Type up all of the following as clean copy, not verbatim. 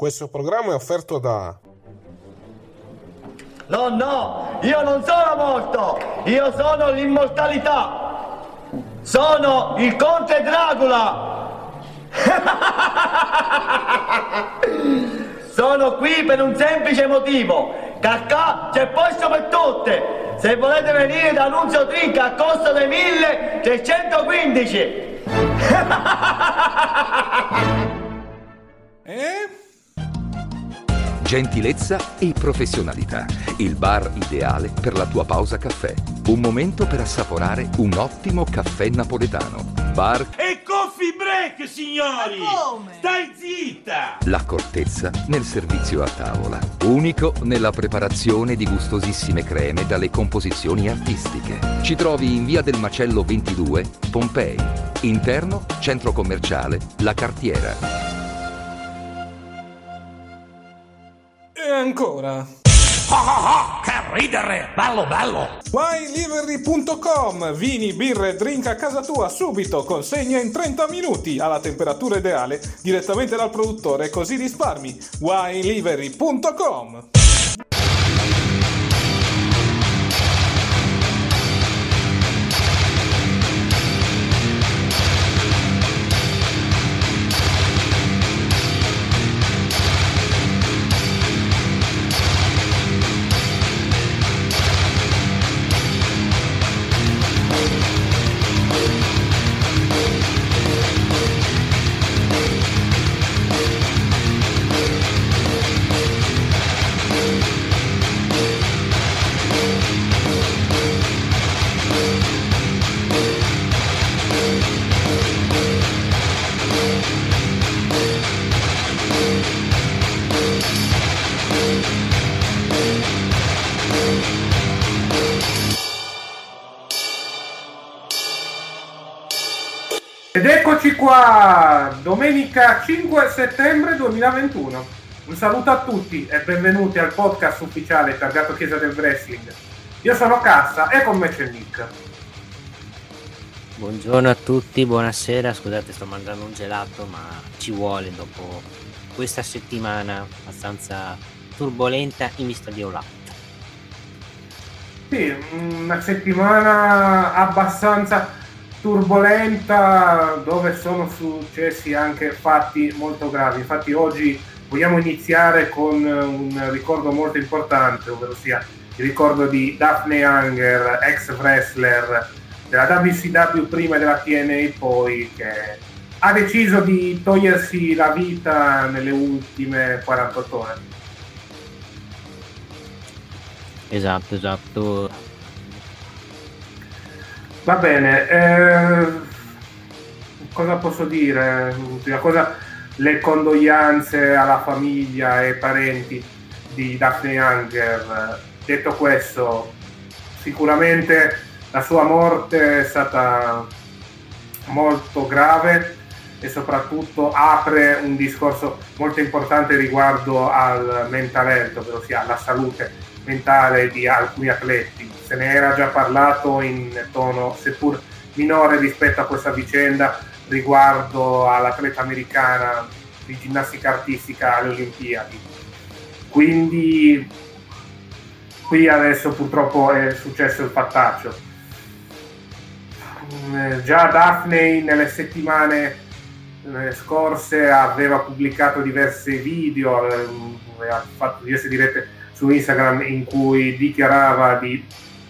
Questo programma è offerto da... No, io non sono morto, io sono l'immortalità, sono il conte Dracula. Sono qui per un semplice motivo, Cacca c'è posto per tutte, se volete venire da Nunzio Trinca a costo dei 1315. Gentilezza e professionalità. Il bar ideale per la tua pausa caffè. Un momento per assaporare un ottimo caffè napoletano. Bar e coffee break, signori! Ma come? Stai zitta! L'accortezza nel servizio a tavola. Unico nella preparazione di gustosissime creme dalle composizioni artistiche. Ci trovi in via del Macello 22, Pompei. Interno, centro commerciale, La Cartiera. E ancora... Che ridere! Bello! WineLivery.com. Vini, birre e drink a casa tua subito, consegna in 30 minuti alla temperatura ideale direttamente dal produttore, così risparmi. WineLivery.com. Ed eccoci qua, domenica 5 settembre 2021. Un saluto a tutti e benvenuti al podcast ufficiale targato Chiesa del Wrestling. Io sono Cassa e con me c'è Nick. Buongiorno a tutti, buonasera, scusate sto mangiando un gelato ma ci vuole dopo questa settimana abbastanza turbolenta in vista di All Out. Sì, una settimana abbastanza turbolenta dove sono successi anche fatti molto gravi. Infatti oggi vogliamo iniziare con un ricordo molto importante, ovvero sia il ricordo di Daphne Unger, ex wrestler della WCW prima della TNA poi, che ha deciso di togliersi la vita nelle ultime 48 ore. Esatto. Va bene, cosa posso dire? Prima cosa, le condoglianze alla famiglia e ai parenti di Daphne Unger. Detto questo, sicuramente la sua morte è stata molto grave e soprattutto apre un discorso molto importante riguardo al mental health, ovvero sia alla salute mentale di alcuni atleti. Se ne era già parlato in tono seppur minore rispetto a questa vicenda riguardo all'atleta americana di ginnastica artistica alle Olimpiadi. Quindi qui adesso purtroppo è successo il fattaccio. Già Daphne nelle settimane scorse aveva pubblicato diversi video, aveva fatto diverse dirette su Instagram in cui dichiarava di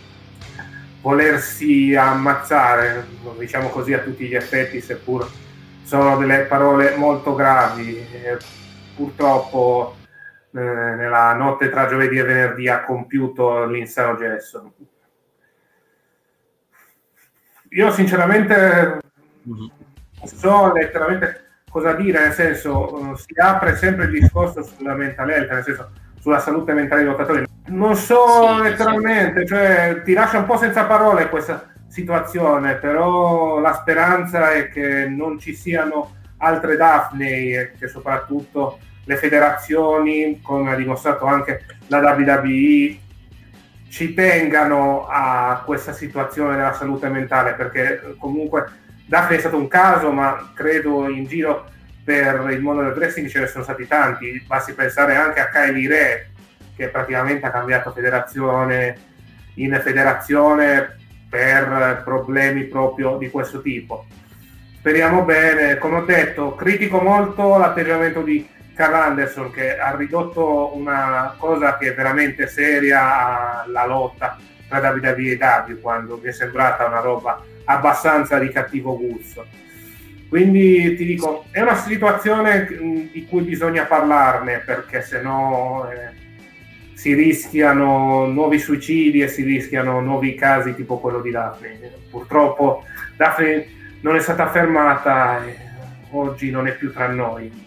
volersi ammazzare, diciamo così a tutti gli effetti, seppur sono delle parole molto gravi. Purtroppo nella notte tra giovedì e venerdì ha compiuto l'insano gesto. Io sinceramente non so letteralmente cosa dire, nel senso si apre sempre il discorso sulla mental health, nel senso sulla salute mentale dei lottatori. Non so letteralmente, cioè ti lascia un po' senza parole questa situazione, però la speranza è che non ci siano altre Daphne e che soprattutto le federazioni, come ha dimostrato anche la WWE, ci tengano a questa situazione della salute mentale, perché comunque Daphne è stato un caso, ma credo in giro per il mondo del wrestling ce ne sono stati tanti, basti pensare anche a Kylie Ray, che praticamente ha cambiato federazione in federazione per problemi proprio di questo tipo. Speriamo bene. Come ho detto, critico molto l'atteggiamento di Carl Anderson, che ha ridotto una cosa che è veramente seria alla lotta tra WWE e AEW, quando mi è sembrata una roba abbastanza di cattivo gusto. Quindi ti dico, è una situazione di cui bisogna parlarne, perché sennò si rischiano nuovi suicidi e si rischiano nuovi casi tipo quello di Daphne. Purtroppo Daphne non è stata fermata e oggi non è più tra noi.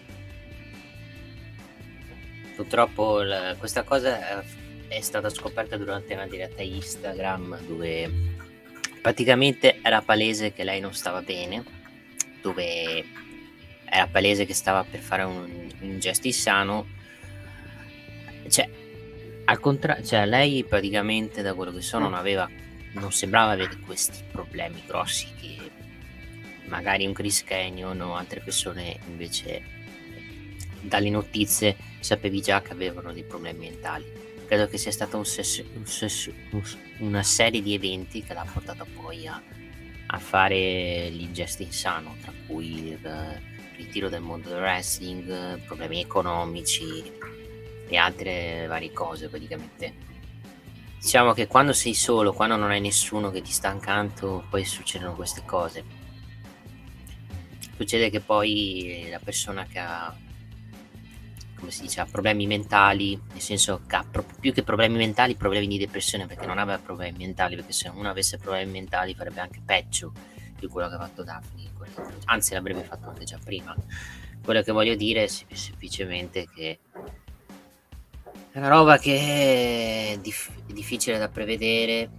Purtroppo questa cosa è stata scoperta durante una diretta Instagram, dove praticamente era palese che lei non stava bene, dove era palese che stava per fare un gesto insano. Cioè, al contrario, cioè, lei praticamente, da quello che so, non sembrava avere questi problemi grossi che magari un Chris Canyon o altre persone invece dalle notizie sapevi già che avevano dei problemi mentali. Credo che sia stata una serie di eventi che l'ha portata poi a fare il gesto insano, tra cui il ritiro del mondo del wrestling, problemi economici e altre varie cose. Praticamente diciamo che quando sei solo, quando non hai nessuno che ti sta accanto, poi succedono queste cose. Succede che poi la persona che ha, come si dice, ha problemi mentali, nel senso che ha più che problemi mentali, problemi di depressione, perché non aveva problemi mentali, perché se uno avesse problemi mentali farebbe anche peggio di quello che ha fatto Daphne, anzi l'avrebbe fatto anche già prima. Quello che voglio dire è semplicemente che è una roba che è difficile da prevedere.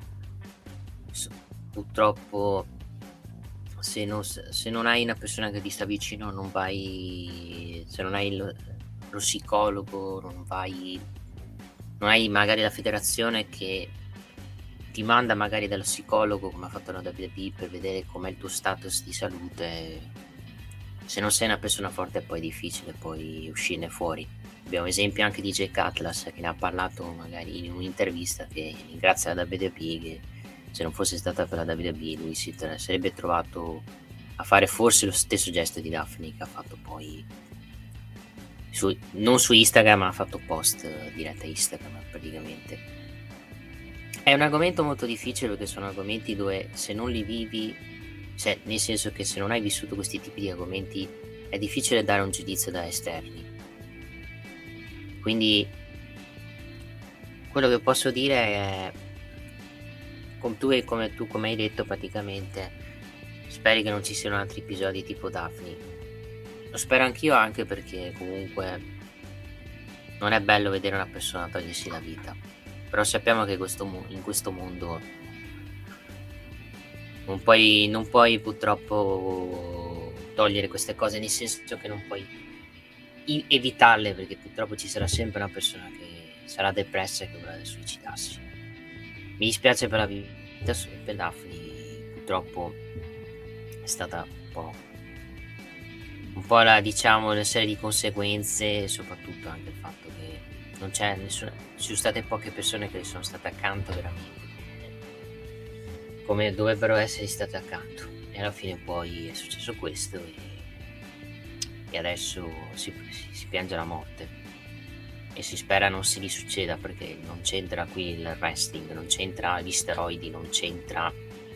Purtroppo se non hai una persona che ti sta vicino, non vai, se non hai lo psicologo, non hai magari la federazione che ti manda magari dallo psicologo, come ha fatto la WWE, per vedere com'è il tuo status di salute. Se non sei una persona forte è poi difficile poi uscirne fuori. Abbiamo esempi anche di Jake Atlas, che ne ha parlato magari in un'intervista, che ringrazia la WWE, che se non fosse stata per la WWE lui si sarebbe trovato a fare forse lo stesso gesto di Daphne che ha fatto poi non su Instagram, ma ha fatto post diretta Instagram praticamente. È un argomento molto difficile, perché sono argomenti dove se non li vivi, cioè nel senso che se non hai vissuto questi tipi di argomenti è difficile dare un giudizio da esterni. Quindi quello che posso dire è, come hai detto praticamente, speri che non ci siano altri episodi tipo Daphne. Lo spero anch'io, anche perché comunque non è bello vedere una persona togliersi la vita, però sappiamo che in questo mondo non puoi purtroppo togliere queste cose, nel senso che non puoi evitarle, perché purtroppo ci sarà sempre una persona che sarà depressa e che vorrà suicidarsi. Mi dispiace per la vita per Daphne, purtroppo è stata un po' una serie di conseguenze, soprattutto anche il fatto che non c'è nessuno, ci sono state poche persone che le sono state accanto veramente come dovrebbero essere state accanto, e alla fine poi è successo questo e adesso si piange la morte. E si spera non si risucceda, perché non c'entra qui il wrestling, non c'entra gli steroidi, non c'entra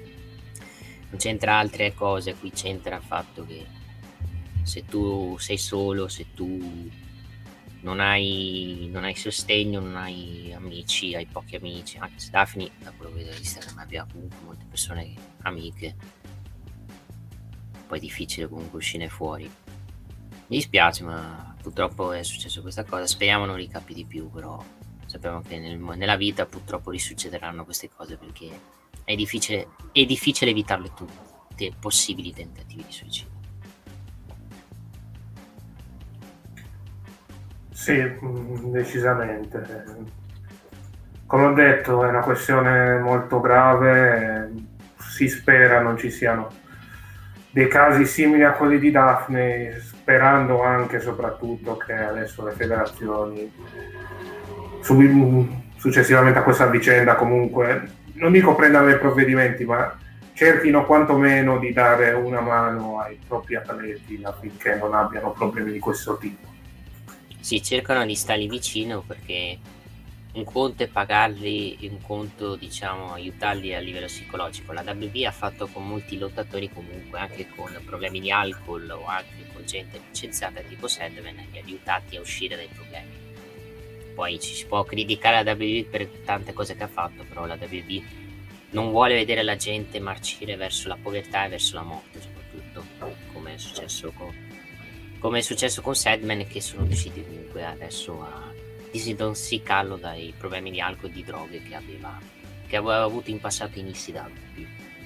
altre cose. Qui c'entra il fatto che se tu sei solo, se tu non hai sostegno, non hai amici, hai pochi amici, anche se Daphne, da quello che vedo Instagram, abbia comunque molte persone amiche, poi è difficile comunque uscire fuori. Mi dispiace, ma purtroppo è successo questa cosa. Speriamo non ricapiti più, però sappiamo che nella vita purtroppo risuccederanno queste cose, perché è difficile evitarle tutte, possibili tentativi di suicidio. Sì, decisamente. Come ho detto, è una questione molto grave, si spera non ci siano dei casi simili a quelli di Daphne, sperando anche e soprattutto che adesso le federazioni successivamente a questa vicenda comunque, non dico prendano dei provvedimenti, ma cerchino quantomeno di dare una mano ai propri atleti affinché non abbiano problemi di questo tipo. Sì, cercano di starli vicino, perché un conto è pagarli, un conto, diciamo, aiutarli a livello psicologico. La WB ha fatto con molti lottatori, comunque anche con problemi di alcol o anche con gente licenziata tipo Sandman, li ha aiutati a uscire dai problemi. Poi ci si può criticare la WB per tante cose che ha fatto, però la WB non vuole vedere la gente marcire verso la povertà e verso la morte, soprattutto come è successo con Sandman, che sono riusciti comunque adesso a disintossicarlo dai problemi di alcol e di droghe che aveva avuto in passato in ICW.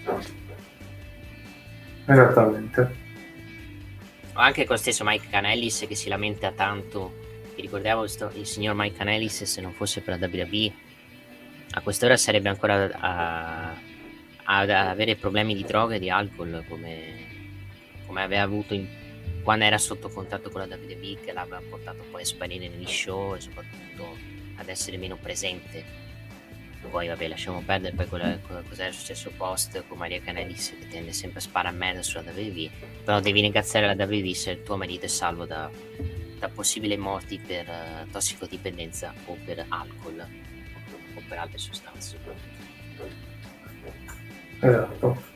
Esattamente. Anche con lo stesso Mike Kanellis, che si lamenta tanto. Vi ricordiamo il signor Mike Kanellis, se non fosse per la WWE, a quest'ora sarebbe ancora ad avere problemi di droga e di alcol come aveva avuto quando era sotto contatto con la WWE, che l'aveva portato poi a sparire negli show e soprattutto ad essere meno presente. Poi vabbè, lasciamo perdere poi cos'era successo post con Maria Kanellis, che tende sempre a sparare a merda sulla WWE, però devi ringraziare la WWE se il tuo marito è salvo da possibili morti per tossicodipendenza o per alcol o per altre sostanze. Esatto.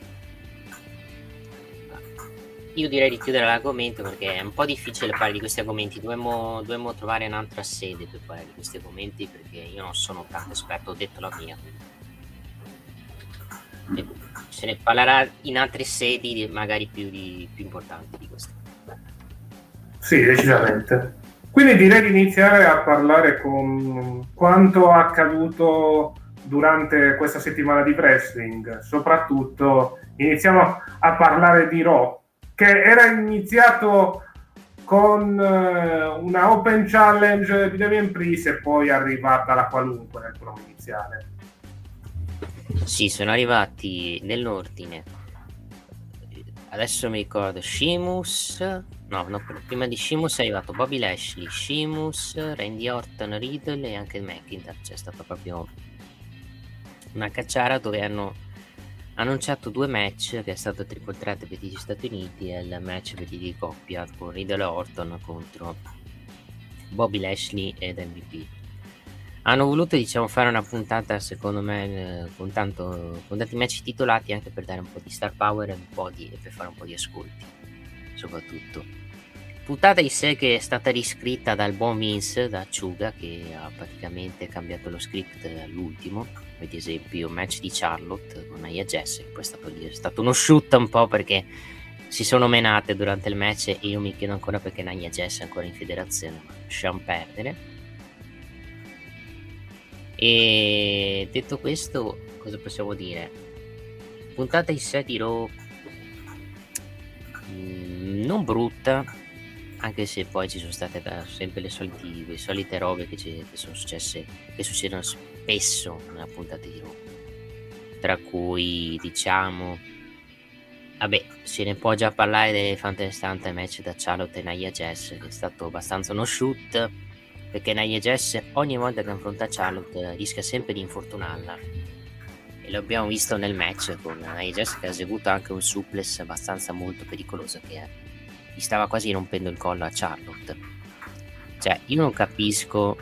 Io direi di chiudere l'argomento, perché è un po' difficile parlare di questi argomenti. Dovremmo trovare un'altra sede per parlare di questi argomenti, perché io non sono tanto esperto, ho detto la mia. E se ne parlerà in altre sedi magari più importanti di queste. Sì, decisamente. Quindi direi di iniziare a parlare con quanto accaduto durante questa settimana di wrestling. Soprattutto iniziamo a parlare di Raw, che era iniziato con una Open Challenge di Damian Priest e poi è arrivata la qualunque nel promo iniziale. Sì, sono arrivati nell'ordine. Adesso mi ricordo Sheamus. No, prima di Sheamus è arrivato Bobby Lashley, Sheamus, Randy Orton, Riddle e anche McIntyre. C'è stata proprio una cacciara dove hanno annunciato 2 match, che è stato il triple threat per gli Stati Uniti e il match per di coppia con Riddle e Orton contro Bobby Lashley ed MVP. Hanno voluto, diciamo, fare una puntata, secondo me, con tanti match titolati, anche per dare un po' di star power e per fare un po' di ascolti, soprattutto. Puntata in sé che è stata riscritta dal buon Vince, da Chuga, che ha praticamente cambiato lo script all'ultimo. Per esempio match di Charlotte con Nia Jax, che poi è stato uno shoot un po' perché si sono menate durante il match, e io mi chiedo ancora perché Nia Jax è ancora in federazione, ma lasciamo perdere. E detto questo, cosa possiamo dire? Puntata in sé di Raw non brutta, anche se poi ci sono state sempre le solite robe che sono successe, che succedono spesso nella puntata di Raw, tra cui, diciamo, vabbè, se ne può già parlare dell'elefante restante match da Charlotte e Nia Jax, che è stato abbastanza uno shoot, perché Nia Jax ogni volta che affronta Charlotte rischia sempre di infortunarla, e l'abbiamo visto nel match con Nia Jax, che ha eseguito anche un suplex abbastanza molto pericoloso, che gli stava quasi rompendo il collo a Charlotte. Cioè, io non capisco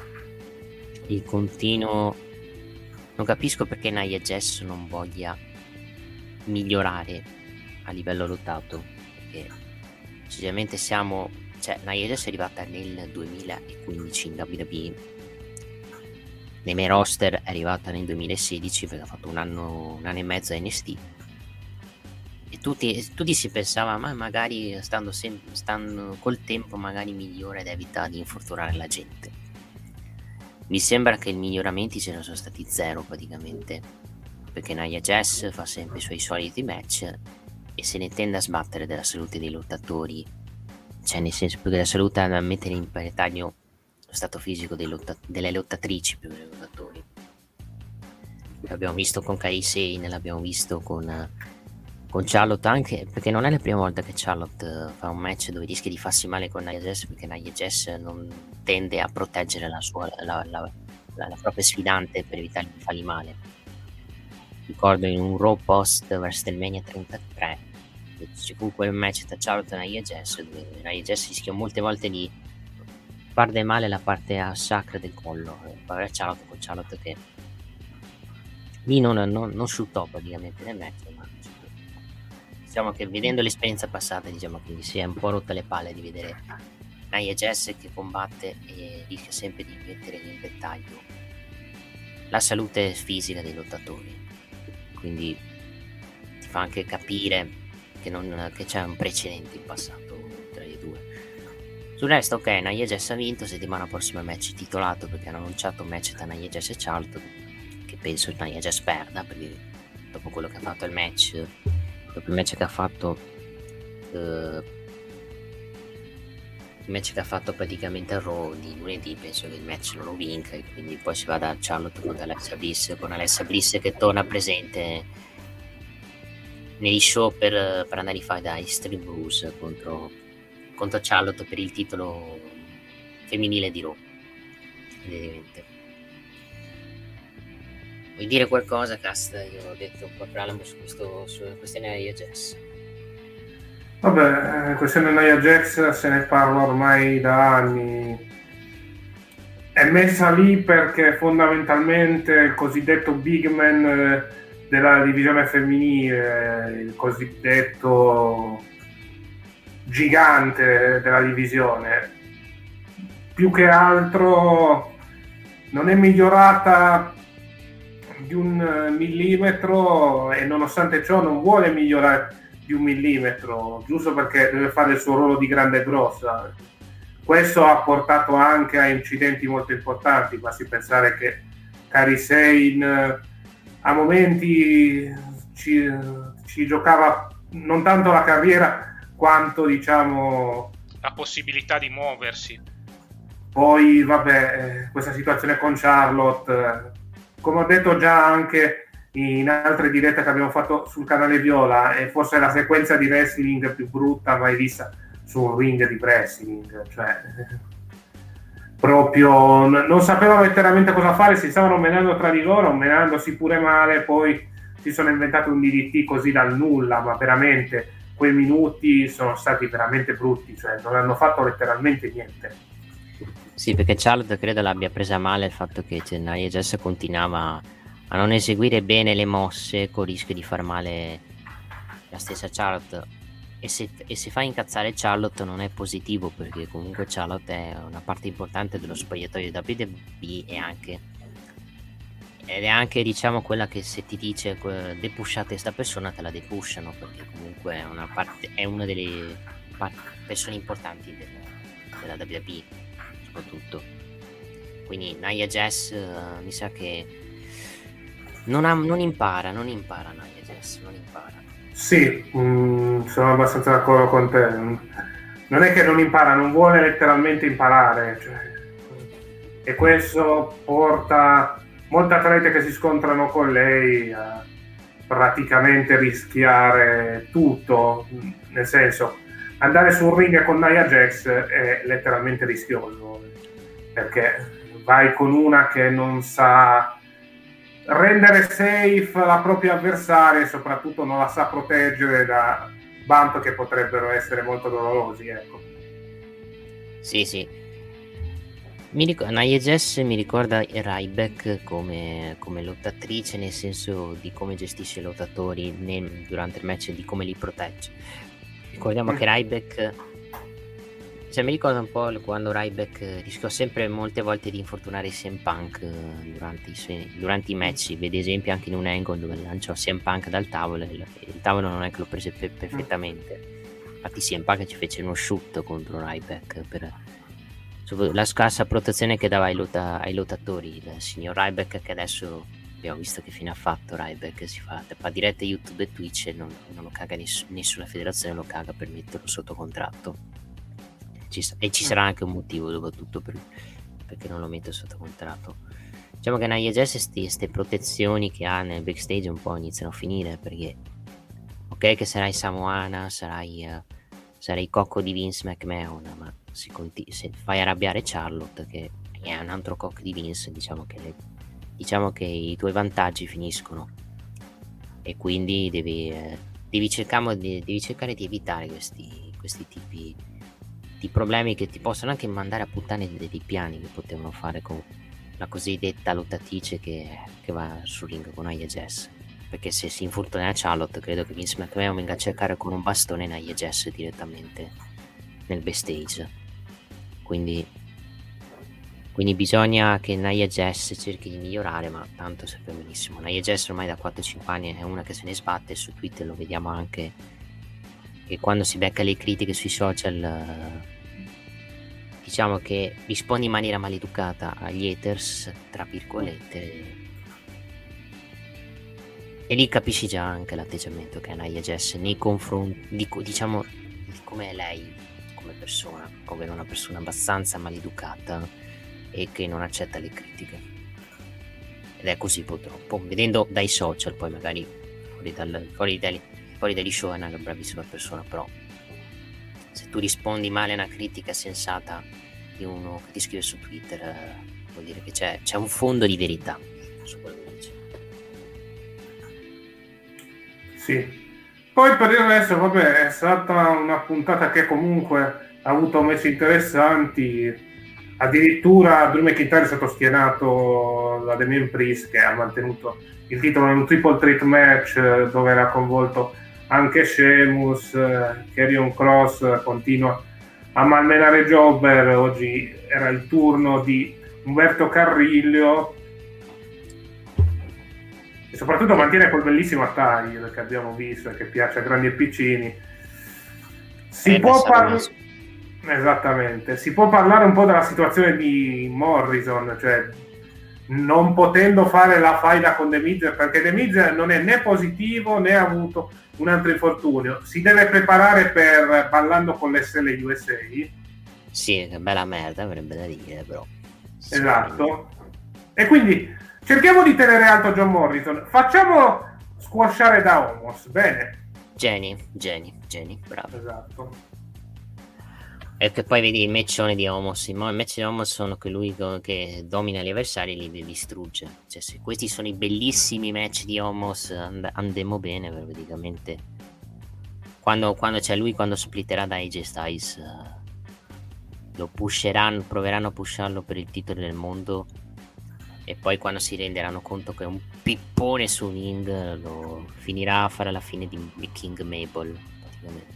non capisco perché Nia Jax non voglia migliorare a livello lottato, perché sinceramente Nia Jax è arrivata nel 2015 in WWE, nei main roster è arrivata nel 2016, perché ha fatto un anno e mezzo a NXT, e tutti si pensava, ma magari stando col tempo magari migliora ed evita di infortunare la gente. Mi sembra che i miglioramenti ce ne sono stati 0 praticamente, perché Nia Jax fa sempre i suoi soliti match e se ne tende a sbattere della salute dei lottatori, cioè nel senso, più della salute, a mettere in paritario lo stato fisico delle lottatrici più che dei lottatori. L'abbiamo visto con Kairi Sane, l'abbiamo visto con con Charlotte, anche perché non è la prima volta che Charlotte fa un match dove rischia di farsi male con Nia Jax, perché Nia Jax non tende a proteggere la propria sfidante per evitare di fargli male. Ricordo in un Raw post WrestleMania 33 ci fu quel match tra Charlotte e Nia Jax, dove Nia Jax rischiò molte volte di fare male la parte sacra del collo. Poi Charlotte che lì non shootò praticamente nel match, ma diciamo che vedendo l'esperienza passata, diciamo che si è un po' rotta le palle di vedere Nia Jax che combatte e rischia sempre di mettere nel dettaglio la salute fisica dei lottatori, quindi ti fa anche capire che c'è un precedente in passato tra i due. Sul resto, ok, Nia Jax ha vinto. Settimana prossima match titolato, perché hanno annunciato un match tra Nia Jax e Charlotte, che penso Nia Jax perda, perché dopo quello che ha fatto dopo il match che ha fatto praticamente a Raw di lunedì, penso che il match non lo vinca, e quindi poi si va da Charlotte con Alexa Bliss che torna presente negli show per andare a fare da Extreme Rules contro Charlotte per il titolo femminile di Raw. Evidentemente. Vuoi dire qualcosa, Cast? Io ho detto un po' Pralamo su questione Nia Jax. Vabbè, questione Nia Jax se ne parla ormai da anni. È messa lì perché fondamentalmente il cosiddetto big man della divisione femminile, il cosiddetto gigante della divisione, più che altro non è migliorata di 1 millimetro, e nonostante ciò non vuole migliorare di 1 millimetro, giusto perché deve fare il suo ruolo di grande e grossa. Questo ha portato anche a incidenti molto importanti. Basti pensare che Kairi Sane a momenti ci giocava non tanto la carriera quanto, diciamo, la possibilità di muoversi. Poi vabbè, questa situazione con Charlotte, come ho detto già anche in altre dirette che abbiamo fatto sul canale Viola, è forse la sequenza di wrestling più brutta mai vista su un ring di wrestling. Cioè, proprio non sapevano letteralmente cosa fare, si stavano menando tra di loro, menandosi pure male, poi si sono inventati un DDT così dal nulla, ma veramente quei minuti sono stati veramente brutti, cioè non hanno fatto letteralmente niente. Sì, perché Charlotte credo l'abbia presa male il fatto che Nia Jax continuava a non eseguire bene le mosse, con rischio di far male la stessa Charlotte. E se fa incazzare Charlotte non è positivo, perché comunque Charlotte è una parte importante dello spogliatoio WWE ed è anche, diciamo, quella che se ti dice depushate sta persona, te la depushano, perché comunque è una delle persone importanti della WWE, soprattutto. Quindi Nia Jax mi sa che non impara Nia Jax, non impara. Sì, sono abbastanza d'accordo con te. Non è che non impara, non vuole letteralmente imparare, cioè, e questo porta molte atlete che si scontrano con lei a praticamente rischiare tutto. Nel senso, andare sul ring con Nia Jax è letteralmente rischioso, perché vai con una che non sa rendere safe la propria avversaria e soprattutto non la sa proteggere da bump che potrebbero essere molto dolorosi, ecco. Sì. Nia Jax mi ricorda Ryback come lottatrice, nel senso di come gestisce i lottatori durante il match e di come li protegge. Ricordiamo che Ryback, cioè, mi ricorda un po' quando Ryback rischiò sempre molte volte di infortunare CM Punk durante i match. Vedi esempio anche in un angle dove lanciò CM Punk dal tavolo e il tavolo non è che lo prese perfettamente. Infatti CM Punk ci fece uno shoot contro Ryback per la scarsa protezione che dava ai lottatori. Il signor Ryback, che adesso abbiamo visto che fine ha fatto Ryback, fa dirette YouTube e Twitch e non lo caga nessuna federazione, lo caga per metterlo sotto contratto. E ci sarà anche un motivo soprattutto perché non lo mette sotto contratto. Diciamo che Nia Jax queste protezioni che ha nel backstage un po' iniziano a finire, perché ok che sarai Samoana, sarai cocco di Vince McMahon, ma se fai arrabbiare Charlotte, che è un altro cocco di Vince, diciamo che i tuoi vantaggi finiscono, e quindi devi cercare di evitare questi tipi di problemi che ti possono anche mandare a puttane dei piani che potevano fare con la cosiddetta lottatrice che va sul ring con Nia Jax, perché se si infortuna a Charlotte credo che Vince McMahon venga a cercare con un bastone Nia Jax direttamente nel backstage, quindi bisogna che Nia Jax cerchi di migliorare, ma tanto sappiamo benissimo Nia Jax ormai da 4-5 anni è una che se ne sbatte. Su Twitter lo vediamo anche, che quando si becca le critiche sui social diciamo che risponde in maniera maleducata agli haters, tra virgolette, e lì capisci già anche l'atteggiamento che ha Nia Jax nei confronti di come è lei come persona, ovvero una persona abbastanza maleducata e che non accetta le critiche, ed è così purtroppo, vedendo dai social. Poi magari fuori dagli show è una bravissima persona, però se tu rispondi male a una critica sensata di uno che ti scrive su Twitter, vuol dire che c'è un fondo di verità su quello che dice. Sì. Poi per il resto, vabbè, è stata una puntata che comunque ha avuto match interessanti. Addirittura Drew McIntyre è stato schierato da Damian Priest, che ha mantenuto il titolo in un triple threat match dove era coinvolto anche Sheamus. Karrion Kross continua a malmenare Jobber. Oggi era il turno di Umberto Carrillo, e soprattutto mantiene quel bellissimo attire che abbiamo visto e che piace a grandi e piccini. Si può parlare esattamente, si può parlare un po' della situazione di Morrison, cioè non potendo fare la faida con The Miz, perché The Miz non è né positivo né ha avuto un altro infortunio. Si deve preparare per Ballando con l'SL USA. Sì, che bella merda, avrebbe da dire, però. Esatto. E quindi cerchiamo di tenere alto John Morrison. Facciamo squasciare da Omos, bene? Jenny, bravo. Esatto. E che poi vedi il matchone di Omos. Il match di Omos sono che lui che domina gli avversari e li distrugge. Cioè, se questi sono i bellissimi match di Omos, andiamo bene, praticamente. Quando c'è lui, quando splitterà da AJ Styles, lo pusheranno, proveranno a pusharlo per il titolo del mondo, e poi quando si renderanno conto che è un pippone su ring, lo finirà a fare la fine di King Mabel, praticamente.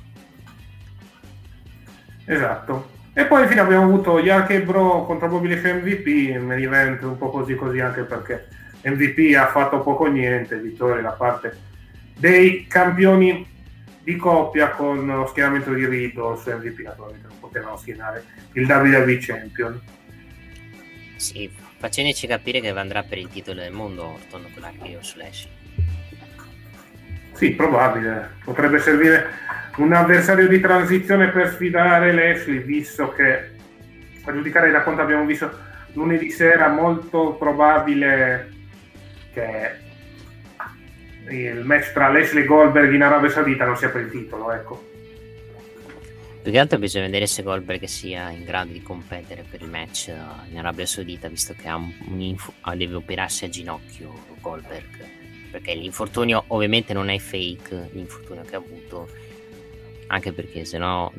Esatto. E poi infine abbiamo avuto Yark e Bro contro Bobby Lashley MVP, un evento un po' così anche perché MVP ha fatto poco niente, vittoria da parte dei campioni di coppia con lo schieramento di Riddle. Su MVP naturalmente non potevano schierare il WWE Champion. Sì, facendoci capire che andrà per il titolo del mondo Orton con l'archeo su Lashley. Sì, probabile. Potrebbe servire un avversario di transizione per sfidare Lashley, visto che, a giudicare da quanto abbiamo visto lunedì sera, molto probabile che il match tra Lashley e Goldberg in Arabia Saudita non sia per il titolo, ecco. Più che altro bisogna vedere se Goldberg sia in grado di competere per il match in Arabia Saudita, visto che deve operarsi a ginocchio Goldberg, perché l'infortunio ovviamente non è fake, l'infortunio che ha avuto, anche perché sennò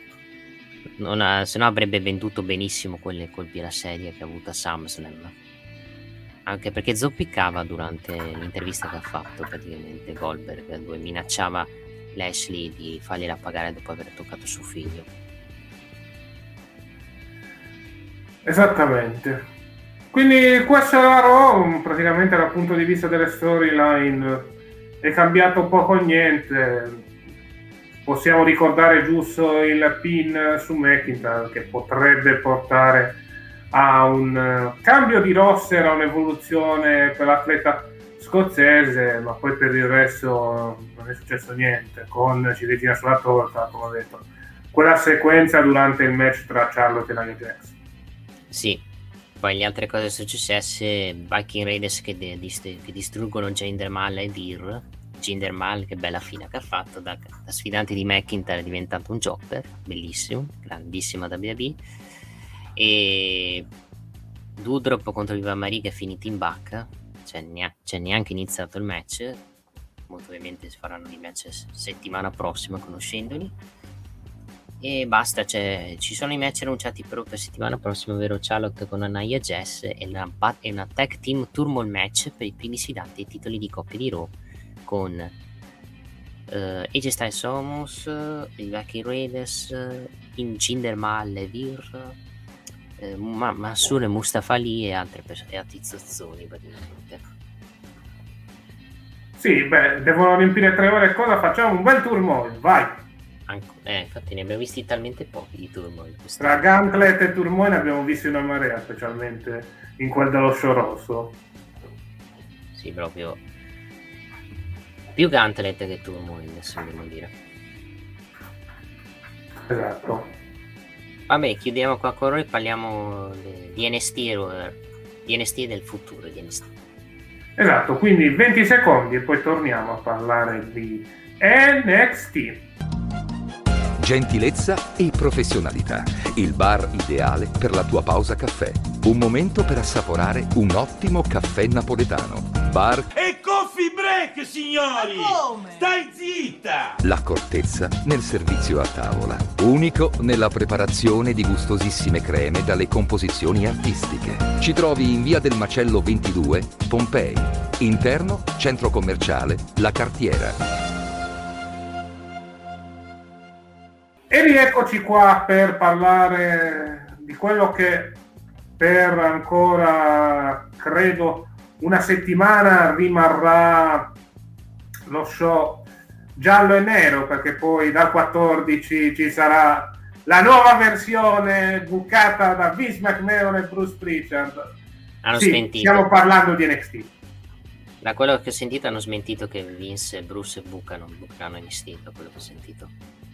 avrebbe venduto benissimo quelle colpi alla sedia che ha avuto a SummerSlam, anche perché zoppicava durante l'intervista che ha fatto praticamente Goldberg, dove minacciava Lashley di fargliela pagare dopo aver toccato suo figlio. Esattamente. Quindi questo era Raw, praticamente dal punto di vista delle storyline è cambiato poco o niente. Possiamo ricordare giusto il pin su McIntyre, che potrebbe portare a un cambio di roster, a un'evoluzione per l'atleta scozzese, ma poi per il resto non è successo niente, con ciliegina sulla torta, come ho detto, quella sequenza durante il match tra Charlotte e Nia Jax. Sì, poi le altre cose successe, Viking Raiders che distruggono Jinder Mahal e Dir, Jinder Mahal, che bella fine che ha fatto, da sfidante di McIntyre è diventato un jobber, bellissimo, grandissima WWE. E Doudrop contro Ivan Marie che è finito in bacca, cioè neanche iniziato il match. Molto ovviamente si faranno i match settimana prossima conoscendoli, e basta. Ci sono i match annunciati però per settimana prossima, ovvero Charlotte con Nia Jax e una tag team turmoil match per i primi sfidanti ai titoli di coppia di Raw con AJ Styles, Omos, i Viking Raiders, Jinder Mahal, Levir, Mansur e Mustafa Ali e altri zozzoni praticamente. Sì, devono riempire 3 ore. Cosa facciamo? Un bel turmoil, vai! Infatti ne abbiamo visti talmente pochi di turmoil. Tra Gauntlet e turmoil ne abbiamo visti una marea, specialmente in quel dello show rosso. Sì, proprio più Gauntlet che turmoil, adesso devo dire. Esatto. Vabbè, chiudiamo qua con noi, parliamo di NXT e del futuro di NXT. Esatto, quindi 20 secondi e poi torniamo a parlare di NXT. Gentilezza e professionalità. Il bar ideale per la tua pausa caffè. Un momento per assaporare un ottimo caffè napoletano. Bar E coffee break, signori! Stai zitta! L'accortezza nel servizio a tavola. Unico nella preparazione di gustosissime creme dalle composizioni artistiche. Ci trovi in via del Macello 22, Pompei. Interno, centro commerciale, La Cartiera. E rieccoci qua per parlare di quello che per ancora, credo, una settimana rimarrà lo show giallo e nero, perché poi dal 14 ci sarà la nuova versione bucata da Vince McMahon e Bruce Pritchard. Hanno smentito. Stiamo parlando di NXT. Da quello che ho sentito hanno smentito che Vince e Bruce bucano NXT, da quello che ho sentito.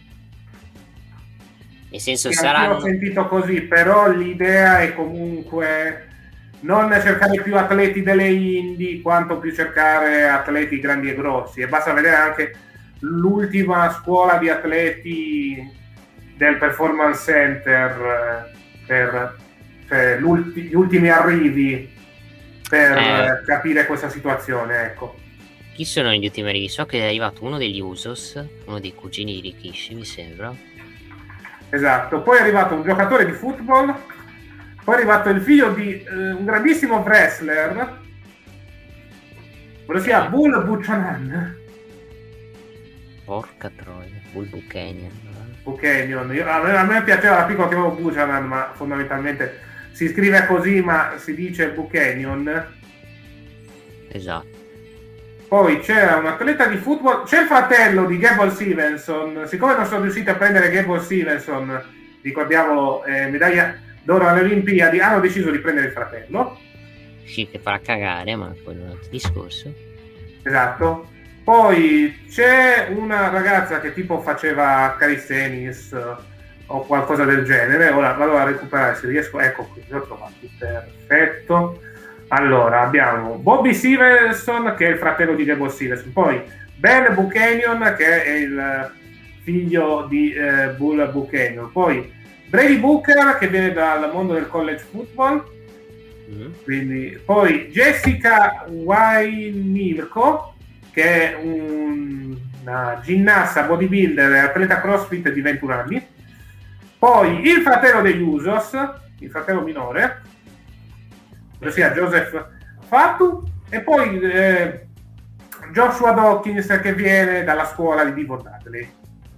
Nel senso, saranno... Ho sentito così, però l'idea è comunque non cercare più atleti delle indie quanto più cercare atleti grandi e grossi, e basta vedere anche l'ultima scuola di atleti del Performance Center per gli ultimi arrivi per capire questa situazione, ecco. Chi sono gli ultimi arrivi? So che è arrivato uno degli Usos, uno dei cugini di Rikishi, mi sembra. Esatto, poi è arrivato un giocatore di football, poi è arrivato il figlio di un grandissimo wrestler, ossia Bull Buchanan. Porca troia, Bull Buchanan. A me piaceva la piccola, chiamavo Buchanan, ma fondamentalmente si scrive così, ma si dice Buchanan. Esatto. Poi c'era un atleta di football, c'è il fratello di Gable Stevenson. Siccome non sono riusciti a prendere Gable Stevenson, ricordiamo medaglia d'oro alle Olimpiadi, hanno deciso di prendere il fratello. Sì, che farà cagare, ma poi è un altro discorso. Esatto. Poi c'è una ragazza che tipo faceva calisthenics o qualcosa del genere. Ora vado a recuperare se riesco. Ecco qui, li ho trovati. Perfetto. Allora, abbiamo Bobby Stevenson, che è il fratello di Gable Stevenson, poi Ben Buchanan, che è il figlio di Bull Buchanan, poi Brady Booker, che viene dal mondo del college football, quindi, poi Jessica Wainilko, che è una ginnasta, bodybuilder e atleta CrossFit di 21 anni, poi il fratello degli Usos, il fratello minore, ossia Joseph Fatu, e poi Joshua Dawkins, che viene dalla scuola di Divo Dudley.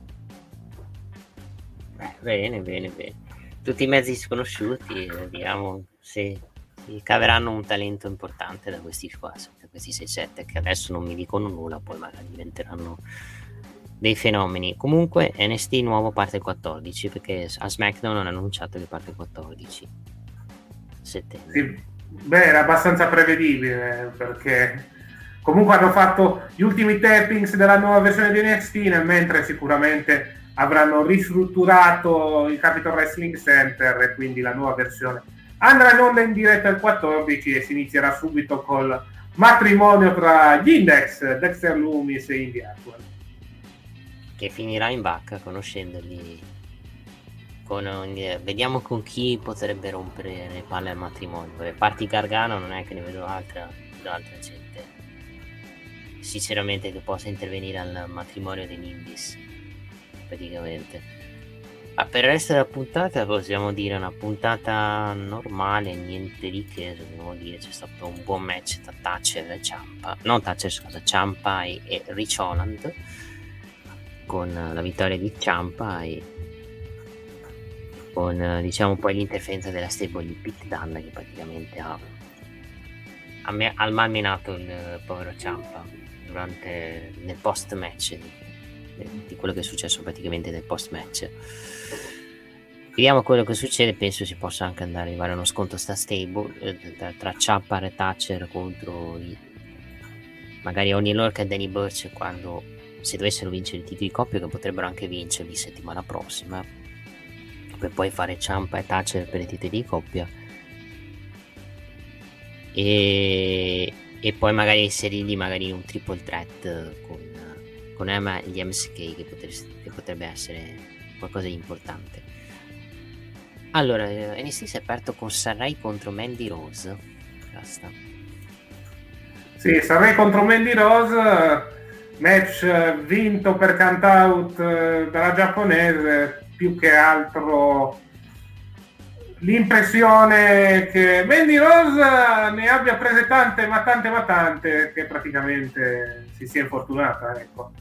Bene. Tutti i mezzi sconosciuti, vediamo se caveranno un talento importante da questi qua, da questi 6-7 che adesso non mi dicono nulla, poi magari diventeranno dei fenomeni. Comunque NXT nuovo parte il 14, perché a SmackDown hanno annunciato che parte il 14 settembre. Sì. Beh, era abbastanza prevedibile, perché comunque hanno fatto gli ultimi tappings della nuova versione di NXT, mentre sicuramente avranno ristrutturato il Capitol Wrestling Center, e quindi la nuova versione andrà in onda in diretta il 14 e si inizierà subito col matrimonio tra gli Index, Dexter Lumis e Indy Hartwell, che finirà in vacca, conoscendoli. Vediamo con chi potrebbe rompere le palle al matrimonio. A parte Gargano, non è che ne vedo altra gente sinceramente che possa intervenire al matrimonio degli Indies, praticamente. Ma per il resto della puntata possiamo dire una puntata normale, niente di che, dobbiamo dire. C'è stato un buon match tra Ciampa e Rich Holland, con la vittoria di Ciampa e con diciamo poi l'interferenza della stable di Pete Dunne, che praticamente ha malmenato il povero Ciampa nel post match di quello che è successo praticamente nel post match. Vediamo quello che succede. Penso si possa anche arrivare a uno scontro sta stable tra Ciampa e Thatcher contro magari Oney Lorcan e Danny Burch, quando se dovessero vincere i titoli di coppia, che potrebbero anche vincerli settimana prossima, per poi fare Ciampa e Thatcher per i titoli di coppia e poi magari inserirli magari in un triple threat con Emma e gli MSK, che potrebbe essere qualcosa di importante. Allora, NXT si è aperto con Sarray contro Mandy Rose. Basta. Sì, Sarray contro Mandy Rose, match vinto per count out dalla giapponese. Più che altro l'impressione che Mandy Rose ne abbia prese tante, che praticamente si sia infortunata, ecco.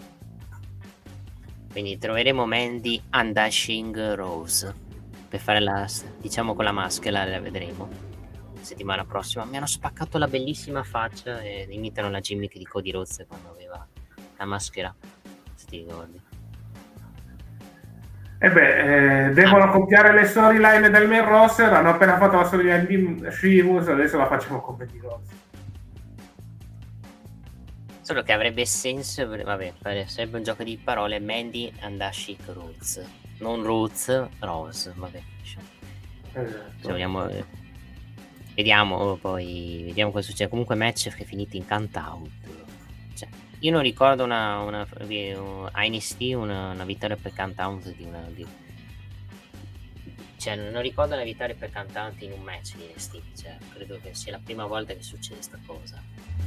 Quindi troveremo Mandy Undashing Rose per fare diciamo con la maschera, la vedremo settimana prossima. Mi hanno spaccato la bellissima faccia e imitano la gimmick di Cody Rhodes quando aveva la maschera, se ti ricordi. Devono compiare le storyline del main roster. Hanno appena fatto la storyline di Sheamus, adesso la facciamo con Mandy Rose. Solo che avrebbe senso, vabbè, sarebbe un gioco di parole. Mandy Undashing Rose, non Rose, Rose, vabbè. Se vogliamo, vediamo cosa succede. Comunque match che è finito in count out. Cioè, io non ricordo a NXT una vittoria per count out cioè non ricordo una vittoria per count out in un match di NXT. Cioè, credo che sia la prima volta che succede questa cosa.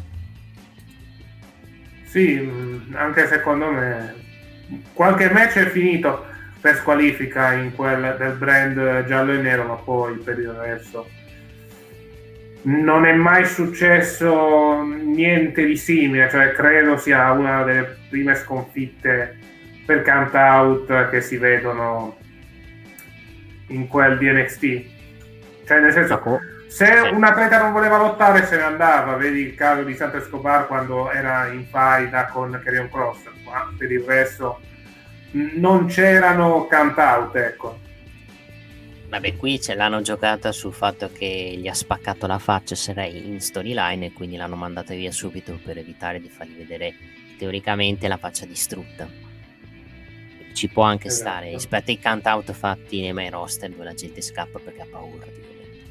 Sì, anche secondo me qualche match è finito per squalifica in quel del brand giallo e nero, ma poi per il resto non è mai successo niente di simile. Cioè, credo sia una delle prime sconfitte per count out che si vedono in quel di NXT. Cioè, nel senso, se un atleta non voleva lottare se ne andava. Vedi il caso di Santos Escobar quando era in faida con Karrion Kross, ma per il resto non c'erano count out, ecco. Vabbè, qui ce l'hanno giocata sul fatto che gli ha spaccato la faccia Sarray in storyline e quindi l'hanno mandata via subito per evitare di fargli vedere teoricamente la faccia distrutta. Ci può anche stare rispetto ai count out fatti nei main roster dove la gente scappa perché ha paura di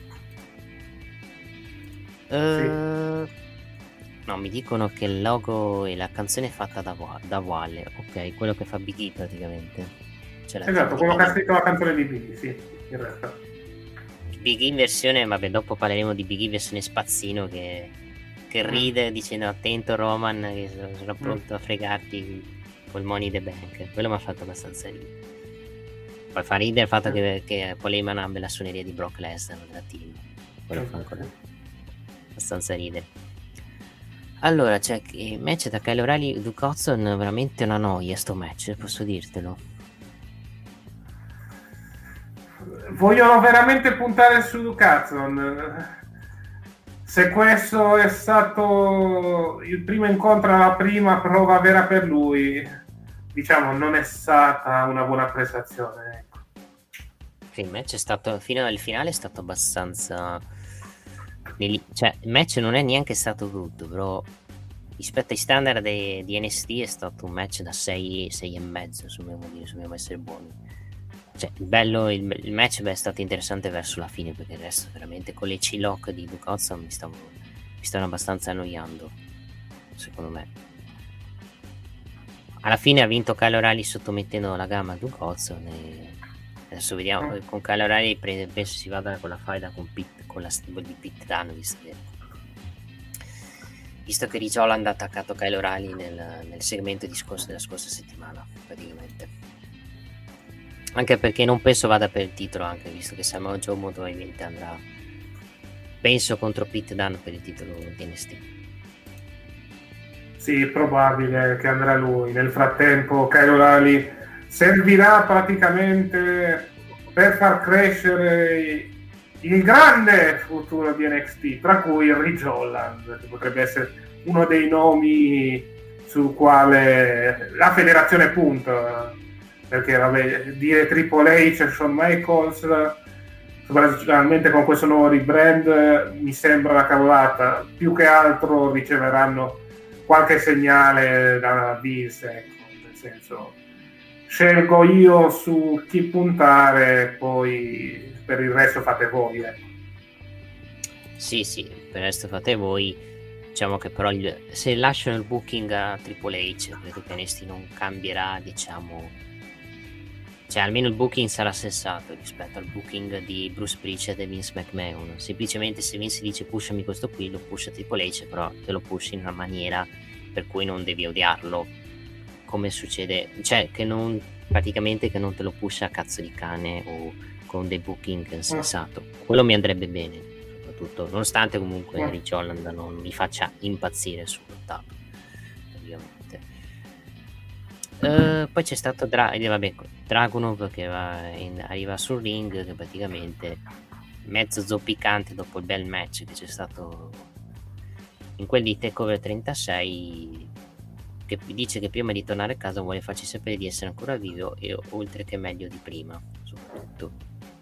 No, mi dicono che il logo e la canzone è fatta da Wale, ok, quello che fa Big E praticamente. Esatto, quello che ha scritto la canzone di Big E, sì, in realtà. Big E in versione, vabbè, dopo parleremo di Big E versione spazzino che ride dicendo attento Roman, che sono pronto a fregarti col Money in the Bank. Quello mi ha fatto abbastanza ridere. Poi fa ridere il fatto che Paul Heyman abbia la suoneria di Brock Lesnar da team. Quello fa ancora abbastanza ridere. Allora, c'è il match tra Kyle O'Reilly e Duke Hudson, veramente una noia sto match, posso dirtelo. Vogliono veramente puntare su Duke Hudson. Se questo è stato il primo incontro, la prima prova vera per lui, diciamo, non è stata una buona prestazione, ecco. Sì, il match è stato, fino al finale è stato abbastanza... Cioè, il match non è neanche stato brutto, però rispetto ai standard di NXT è stato un match da 6,5, se dobbiamo essere buoni. Cioè, il match è stato interessante verso la fine, perché il resto veramente con le C-lock di Duke Hudson mi stavo stanno abbastanza annoiando, secondo me. Alla fine ha vinto Kyle O'Reilly sottomettendo la gamma a Doug Hodgson e adesso vediamo, con Kyle O'Reilly penso si vada con la faida con la stable di Pete Dunne, visto che Rich Holland ha attaccato Kyle O'Reilly nel segmento discorso della scorsa settimana praticamente, anche perché non penso vada per il titolo, anche visto che Samoa Joe molto probabilmente andrà, penso, contro Pete Dunne per il titolo di NXT. Sì, è probabile che andrà lui. Nel frattempo Kyle O'Reilly servirà praticamente per far crescere il grande futuro di NXT, tra cui Ridge Holland, che potrebbe essere uno dei nomi sul quale la federazione punta, perché vabbè, dire Triple H e Shawn Michaels, soprattutto con questo nuovo rebrand, mi sembra una cavolata. Più che altro riceveranno qualche segnale da Vince, ecco, nel senso, scelgo io su chi puntare, poi per il resto fate voi, ecco. Sì, per il resto fate voi. Diciamo che però se lasciano il booking a Triple H, credo che NXT non cambierà, diciamo, cioè almeno il booking sarà sensato rispetto al booking di Bruce Prichard e Vince McMahon. Semplicemente se Vince dice pushami questo qui, lo pusha Triple H, però te lo push in una maniera per cui non devi odiarlo, come succede, cioè che non praticamente che non te lo pusha a cazzo di cane o con dei booking sensato. Quello mi andrebbe bene, soprattutto nonostante comunque Rich Holland non mi faccia impazzire sul lottato, ovviamente. Poi c'è stato Dragunov che arriva sul ring, che praticamente mezzo zoppicante dopo il bel match che c'è stato in quel di Takeover 36, che dice che prima di tornare a casa vuole farci sapere di essere ancora vivo e oltre che meglio di prima, soprattutto.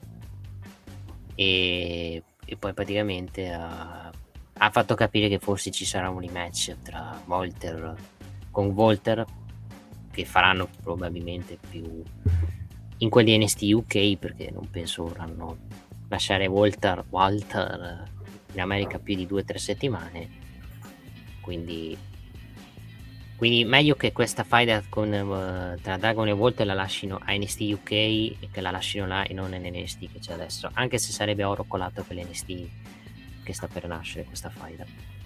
E poi praticamente ha fatto capire che forse ci sarà un rematch tra Walter con Walter, che faranno probabilmente più in quelli NXT UK, perché non penso vorranno lasciare Walter in America più di 2 o 3 settimane, quindi meglio che questa faida tra Dragon e Walter la lasciano a NXT UK e che la lasciano là e non in NXT che c'è adesso, anche se sarebbe oro colato per l'NXT che sta per nascere questa faida.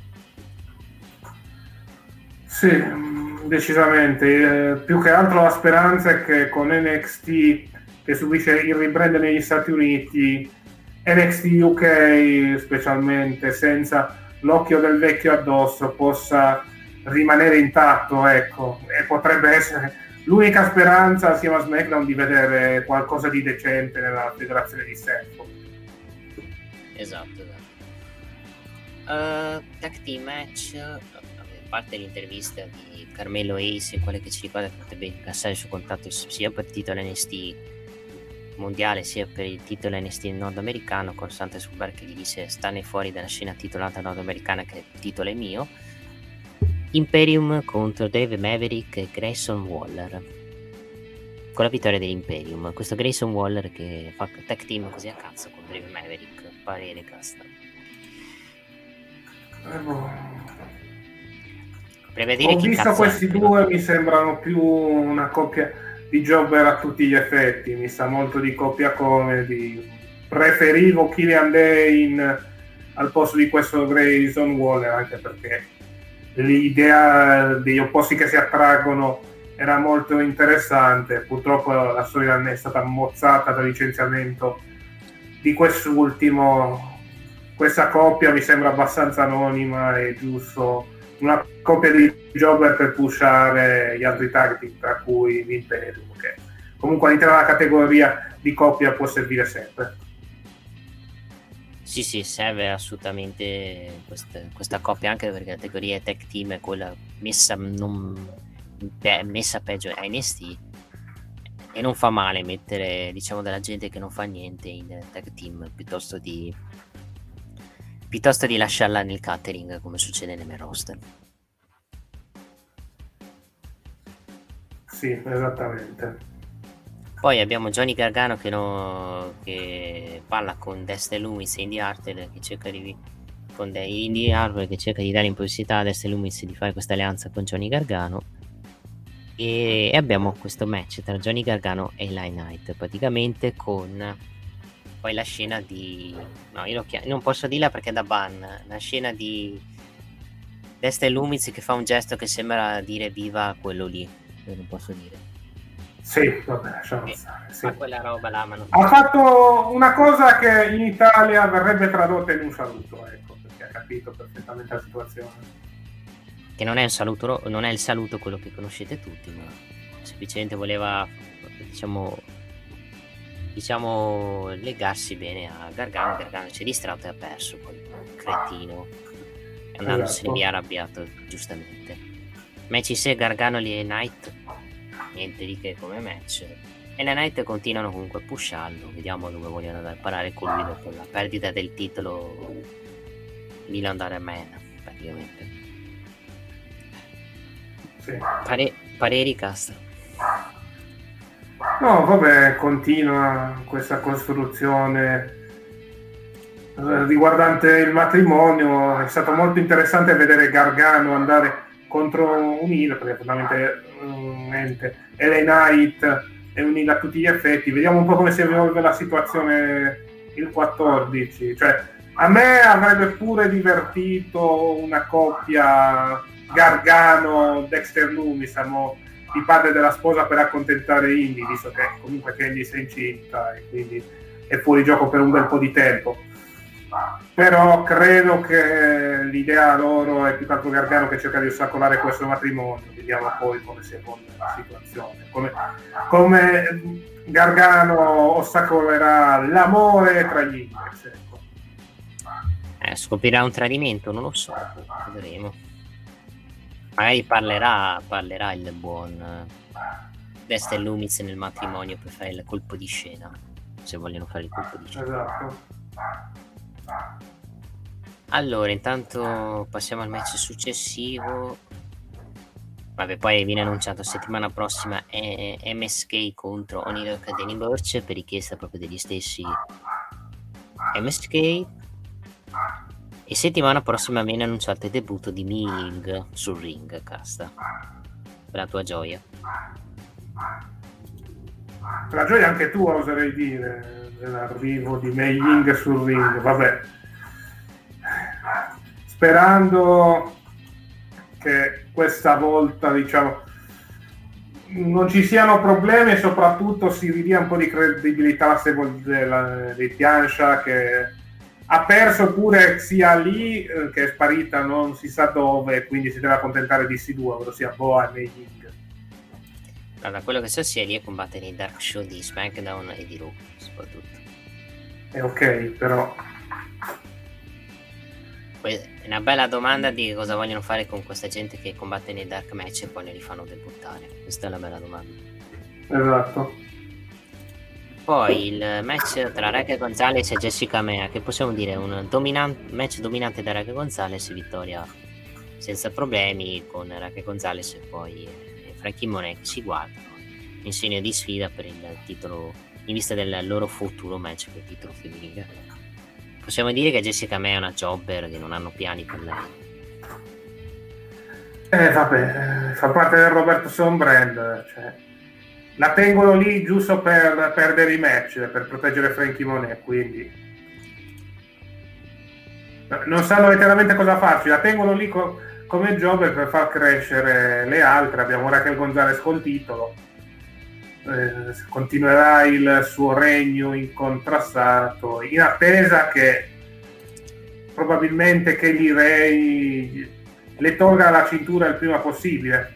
Sì, decisamente. Più che altro la speranza è che con NXT che subisce il rebrand negli Stati Uniti, NXT UK specialmente, senza l'occhio del vecchio addosso, possa rimanere intatto, ecco, e potrebbe essere l'unica speranza assieme a SmackDown di vedere qualcosa di decente nella federazione di Serpo. Esatto. Tag team match, a parte l'intervista di Carmelo Hayes, in quale che ci ricorda che potrebbe incassare il suo contratto sia per il titolo NXT mondiale sia per il titolo NXT nordamericano, con Santos Escobar che gli dice stane fuori dalla scena titolata nordamericana, che il titolo è mio. Imperium contro Dave Maverick e Grayson Waller, con la vittoria dell'Imperium. Questo Grayson Waller che fa tag team così a cazzo con Dave Maverick, parere casta. Ho visto questi due, mi sembrano più una coppia di jobber a tutti gli effetti, mi sa molto di coppia comedy. Preferivo Killian Dane al posto di questo Grayson Waller, anche perché l'idea degli opposti che si attraggono era molto interessante. Purtroppo la storia è stata mozzata dal licenziamento di quest'ultimo. Questa coppia mi sembra abbastanza anonima, è giusto una coppia di jobber per pushare gli altri tag team, tra cui l'Imperium, che comunque all'interno della categoria di coppia può servire sempre. Sì, serve assolutamente questa coppia, anche perché la categoria tag team è quella messa peggio a NXT, e non fa male mettere, diciamo, della gente che non fa niente in tag team piuttosto di lasciarla nel catering, come succede nel main roster. Sì, esattamente. Poi abbiamo Johnny Gargano che parla con Dexter Lumis e Indy Hartwell, che cerca di con dei indie hardware che cerca di dare in possibilità a Dexter Lumis di fare questa alleanza con Johnny Gargano, e abbiamo questo match tra Johnny Gargano e LA Knight, praticamente con poi la scena di non posso dirla perché è da ban, la scena di Dexter Lumis che fa un gesto che sembra dire viva quello lì, io non posso dire. Sì, vabbè, lasciamo stare. Sì. Ma quella roba là, ma non... Ha fatto una cosa che in Italia verrebbe tradotta in un saluto, ecco, perché ha capito perfettamente la situazione. Che non è un saluto, non è il saluto quello che conoscete tutti, ma semplicemente voleva, diciamo legarsi bene a Gargano. Gargano si è distratto e ha perso, poi cretino, andandosene via arrabbiato, giustamente. Match in sé, Gargano e Knight, niente di che come match, e la Knight continuano comunque a pusharlo, vediamo dove vogliono andare a parare con lui dopo la perdita del titolo di andare a Man, praticamente. Sì. Pareri, Castro? No, vabbè, continua questa costruzione riguardante il matrimonio. È stato molto interessante vedere Gargano andare contro un heel, perché fondamentalmente LA Knight è un heel a tutti gli effetti. Vediamo un po' come si evolve la situazione il 14. Cioè, a me avrebbe pure divertito una coppia Gargano, Dexter Lumis, il padre della sposa per accontentare Indy, visto che comunque Candice si è incinta e quindi è fuori gioco per un bel po' di tempo. Però credo che l'idea loro è più che altro Gargano che cerca di ostacolare questo matrimonio. Vediamo poi come si evolve la situazione, come Gargano ostacolerà l'amore tra gli Index, ecco. Scoprirà un tradimento, non lo so, vedremo. Magari parlerà il buon Dexter Lumis nel matrimonio per fare il colpo di scena, se vogliono fare il colpo di scena. Esatto. Allora, intanto passiamo al match successivo. Vabbè, poi viene annunciato settimana prossima MSK contro Oney Lorcan e Danny Burch, per richiesta proprio degli stessi MSK. E settimana prossima viene annunciato il debutto di Ming sul ring, Casta. Per la tua gioia. Per la gioia anche tu, oserei dire, dell'arrivo di Mei Ying sul ring. Vabbè. Sperando che questa volta, diciamo, non ci siano problemi e soprattutto si ridia un po' di credibilità alla stable di Tiansha, che ha perso pure sia lì, che è sparita non si sa dove, quindi si deve accontentare di C2, ossia Boa e Mei Ying. Allora, quello che so sia lì a combattere nei dark show di SmackDown e di Raw, soprattutto. È ok, però È una bella domanda di cosa vogliono fare con questa gente che combatte nei dark match e poi ne li fanno debuttare. Questa è la bella domanda. Esatto. Poi il match tra Raquel Gonzalez e Jessica Mea, che possiamo dire un match dominante da Raquel Gonzalez, vittoria senza problemi con Raquel Gonzalez e poi Frankie Monet che si guardano in segno di sfida per il titolo, in vista del loro futuro match per il titolo femminile. Possiamo dire che Jessica Mea è una jobber, che non hanno piani per lei. Vabbè, fa parte del Robertson brand, cioè la tengono lì giusto per perdere i match, per proteggere Frankie Monet, quindi non sanno letteralmente cosa farci, la tengono lì come jobber per far crescere le altre. Abbiamo Raquel Gonzalez col titolo, continuerà il suo regno incontrastato in attesa che probabilmente Kelly Ray le tolga la cintura il prima possibile.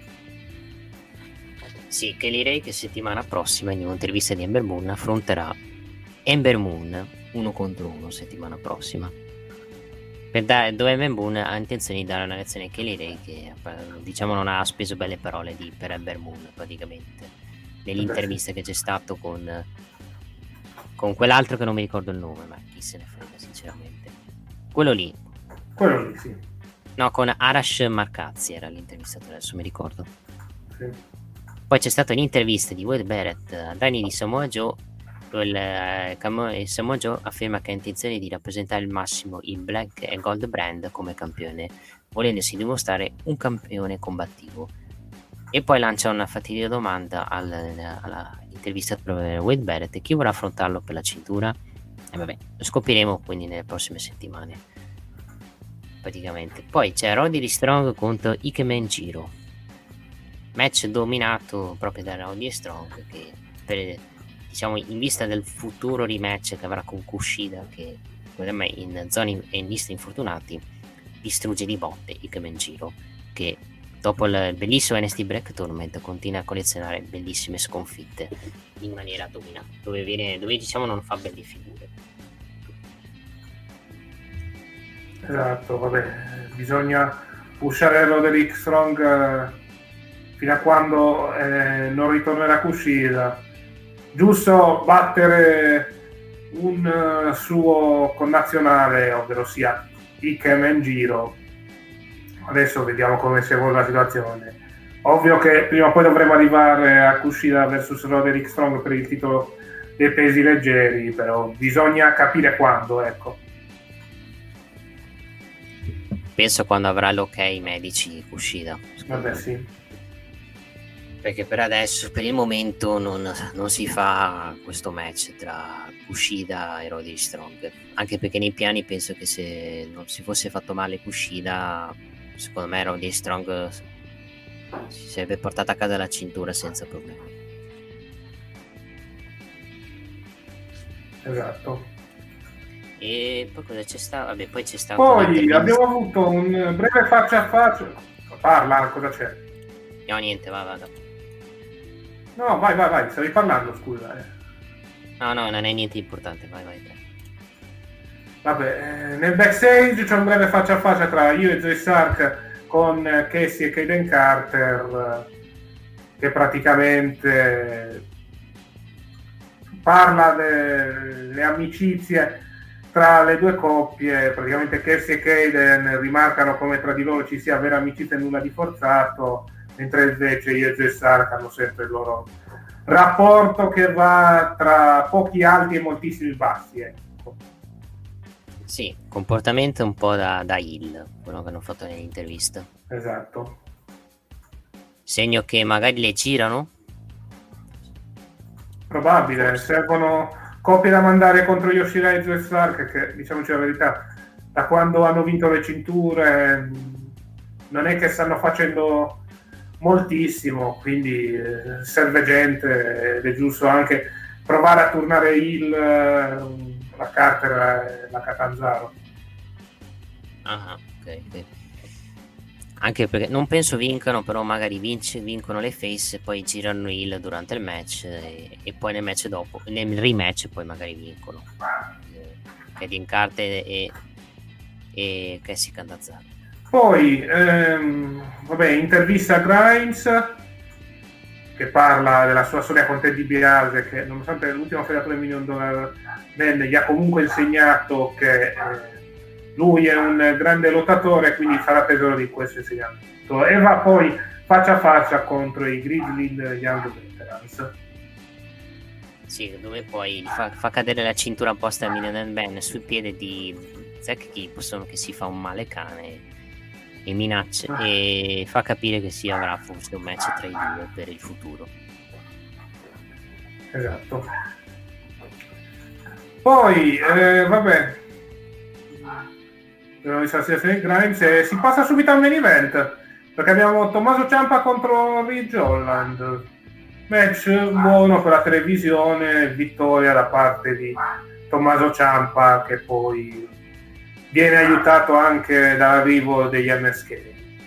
Sì, Kelly Ray che settimana prossima in un'intervista di Ember Moon affronterà Ember Moon 1 contro 1 settimana prossima, dove Ember Moon ha intenzione di dare una lezione a Kelly Ray, che diciamo non ha speso belle parole per Ember Moon praticamente nell'intervista che c'è stato con quell'altro che non mi ricordo il nome, ma chi se ne frega sinceramente. Quello lì Sì. No, con Arash Marcazzi era l'intervistatore, adesso mi ricordo. Sì. Poi c'è stata un'intervista di Wade Barrett a Danny di Samoa Joe, il Samoa Joe afferma che ha intenzione di rappresentare al massimo il Black e Gold brand come campione, volendosi dimostrare un campione combattivo. E poi lancia una fatidica domanda all'intervistatore Wade Barrett: chi vorrà affrontarlo per la cintura? E vabbè, lo scopriremo quindi nelle prossime settimane, praticamente. Poi c'è Roderick Strong contro Ikemen Jiro, match dominato proprio da Roderick Strong, che diciamo in vista del futuro rematch che avrà con Kushida, che ormai in lista infortunati, distrugge di botte Ikemen Jiro, che dopo il bellissimo NXT Black Tournament continua a collezionare bellissime sconfitte in maniera dominante, dove diciamo non fa belle figure. Esatto, vabbè, bisogna pushare Roderick Strong fino a quando non ritornerà Kushida. Giusto battere un suo connazionale, ovvero sia Ikemen Jiro. Adesso vediamo come si evolve la situazione. Ovvio che prima o poi dovremo arrivare a Kushida vs Roderick Strong per il titolo dei pesi leggeri, però bisogna capire quando, ecco. Penso quando avrà l'ok medici Kushida. Vabbè, sì. Perché per adesso, per il momento, non si fa questo match tra Kushida e Roderick Strong. Anche perché nei piani penso che se non si fosse fatto male Kushida, secondo me Roderick Strong si sarebbe portato a casa la cintura senza problemi. Esatto. E poi cosa c'è stato? Vabbè, poi c'è stato. Poi abbiamo avuto un breve faccia a faccia. Parla, cosa c'è? No, niente, vada. No, vai, stavi parlando, scusa. No, non è niente importante, vai. Vabbè, nel backstage c'è un breve faccia a faccia tra io e Zoe Stark con Casey e Kaden Carter, che praticamente parla delle amicizie tra le due coppie. Praticamente Casey e Kaden rimarcano come tra di loro ci sia vera amicizia e nulla di forzato, mentre invece io e Zoe Stark hanno sempre il loro rapporto che va tra pochi alti e moltissimi bassi, ecco. Sì, comportamento un po' da heel, quello che hanno fatto nell'intervista. Esatto. Segno che magari le girano? Probabile, servono coppie da mandare contro Yoshirai e Zoe Stark, che, diciamoci la verità, da quando hanno vinto le cinture non è che stanno facendo moltissimo, quindi serve gente ed è giusto anche provare a turnare la Carter e la Catanzaro. Ok. Anche perché non penso vincano, però magari vincono le face e poi girano heel durante il match e poi nel match dopo, nel rematch poi magari vincono Kaden Carter e Cassie Catanzaro. Poi intervista a Grimes, che parla della sua storia con Teddy Biase, che nonostante l'ultimo federato del $1 Million Man gli ha comunque insegnato che lui è un grande lottatore, quindi farà tesoro di questo insegnamento, e va poi faccia a faccia contro i Grizzly Young Veterans. Sì, dove poi fa cadere la cintura apposta a Million Man sul piede di Zack Gibson, che si fa un male cane e minaccia e fa capire che si avrà forse un match tra i due per il futuro. Esatto. Poi situazione di Grimes e si passa subito al main event, perché abbiamo Tommaso Ciampa contro Ridge Holland. Match buono per la televisione, vittoria da parte di Tommaso Ciampa, che poi viene aiutato anche dall'arrivo degli MSK.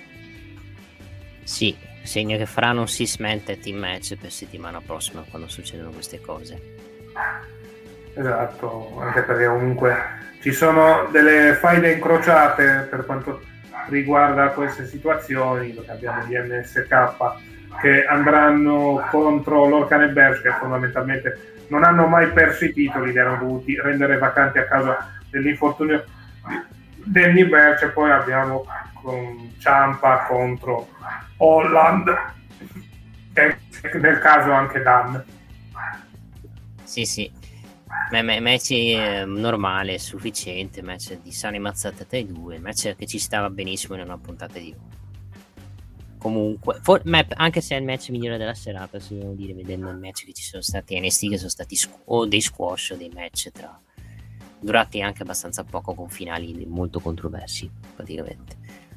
Sì, segno che faranno un 6-man team match per settimana prossima quando succedono queste cose. Esatto, anche perché comunque ci sono delle faide incrociate per quanto riguarda queste situazioni, dove abbiamo gli MSK che andranno contro Lorcan e Berge, che fondamentalmente non hanno mai perso i titoli, li hanno dovuti rendere vacanti a causa dell'infortunio Danny Berge. E poi abbiamo con Ciampa contro Holland, e nel caso anche Dan. Sì, Match normale, sufficiente, match di sane mazzate tra i due, match che ci stava benissimo in una puntata di Raw. Comunque, anche se è il match migliore della serata, se dobbiamo dire, vedendo i match che ci sono stati a NXT, che sono stati o dei squash o dei match durati anche abbastanza poco, con finali molto controversi praticamente.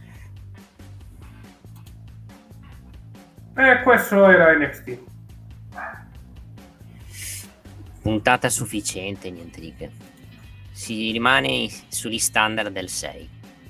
Questo era NXT. Puntata sufficiente, niente di che. Si rimane sugli standard del 6.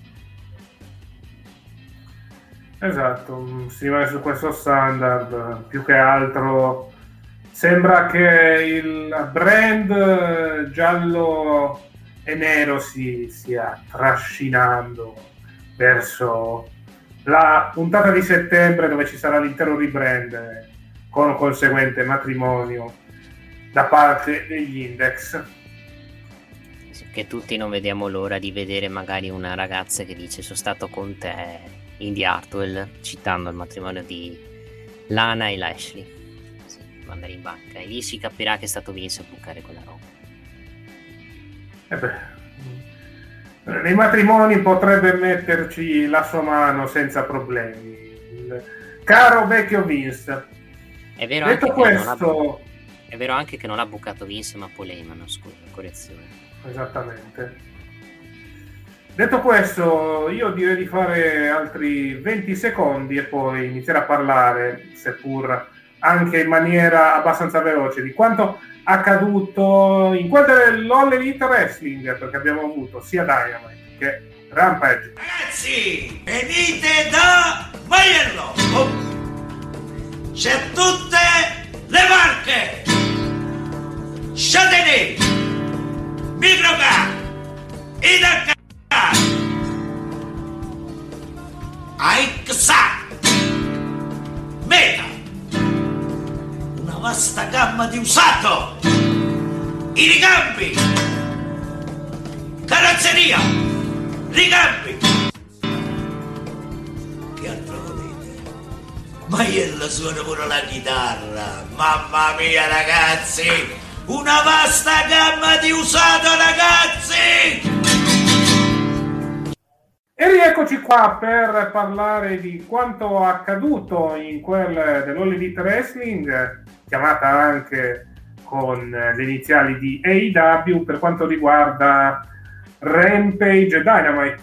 Esatto, si rimane su questo standard. Più che altro sembra che il brand giallo e nero si stia trascinando verso la puntata di settembre, dove ci sarà l'intero rebrand con conseguente matrimonio da parte degli Index. Che tutti non vediamo l'ora di vedere magari una ragazza che dice sono stato con te in The Hartwell, citando il matrimonio di Lana e Lashley. Sì, andare in banca e lì si capirà che è stato Vince a bucare quella roba. Nei matrimoni potrebbe metterci la sua mano senza problemi, il caro vecchio Vince. È vero, detto anche questo, è vero anche che non ha bucato Vince ma Paul Heyman, scusa, correzione. Esattamente. Detto questo, io direi di fare altri 20 secondi e poi iniziare a parlare, seppur anche in maniera abbastanza veloce, di quanto accaduto in quel dell'All Elite Wrestling, perché abbiamo avuto sia Dynamite che Rampage. Ragazzi, venite da Maiello! C'è tutte le marche! Châtenay, Microcar, Idacar, Aixac, Meta, una vasta gamma di usato, i ricambi, carrozzeria, ricambi. Che altro volete? Maiello suona pure la chitarra, mamma mia ragazzi, una vasta gamma di usato ragazzi! E rieccoci qua per parlare di quanto accaduto in quel dell'All Elite Wrestling, chiamata anche con le iniziali di AEW, per quanto riguarda Rampage e Dynamite.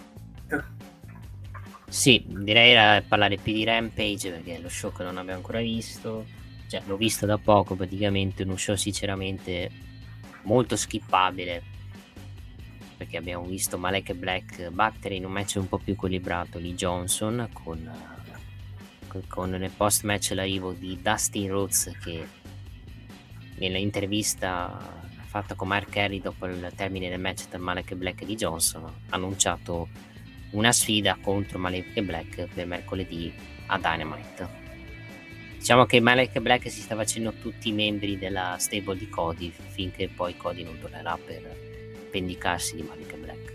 Sì, direi parlare più di Rampage, perché è lo show che non abbiamo ancora visto, cioè l'ho visto da poco praticamente, uno show sinceramente molto skippabile, perché abbiamo visto Malek e Black battere in un match un po' più equilibrato di Johnson, con nel post match l'arrivo di Dustin Rhodes, che nell'intervista fatta con Mark Henry dopo il termine del match tra Malek e Black e di Johnson ha annunciato una sfida contro Malek e Black per mercoledì a Dynamite. Diciamo che Malek e Black si sta facendo tutti i membri della stable di Cody, finché poi Cody non tornerà per vendicarsi di Malek e Black.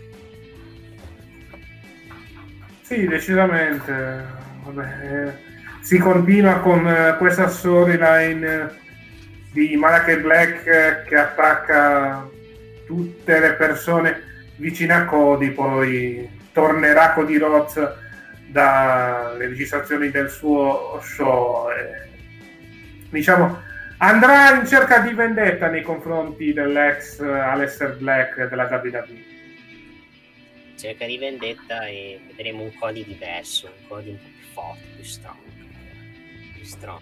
Sì, decisamente. Vabbè, si continua con questa storyline di Malek e Black che attacca tutte le persone vicine a Cody, poi tornerà Cody Rhodes dalle registrazioni del suo show e, diciamo, andrà in cerca di vendetta nei confronti dell'ex Aleister Black della WWE. Cerca di vendetta e vedremo un Cody diverso, un Cody un po' più forte, più strong.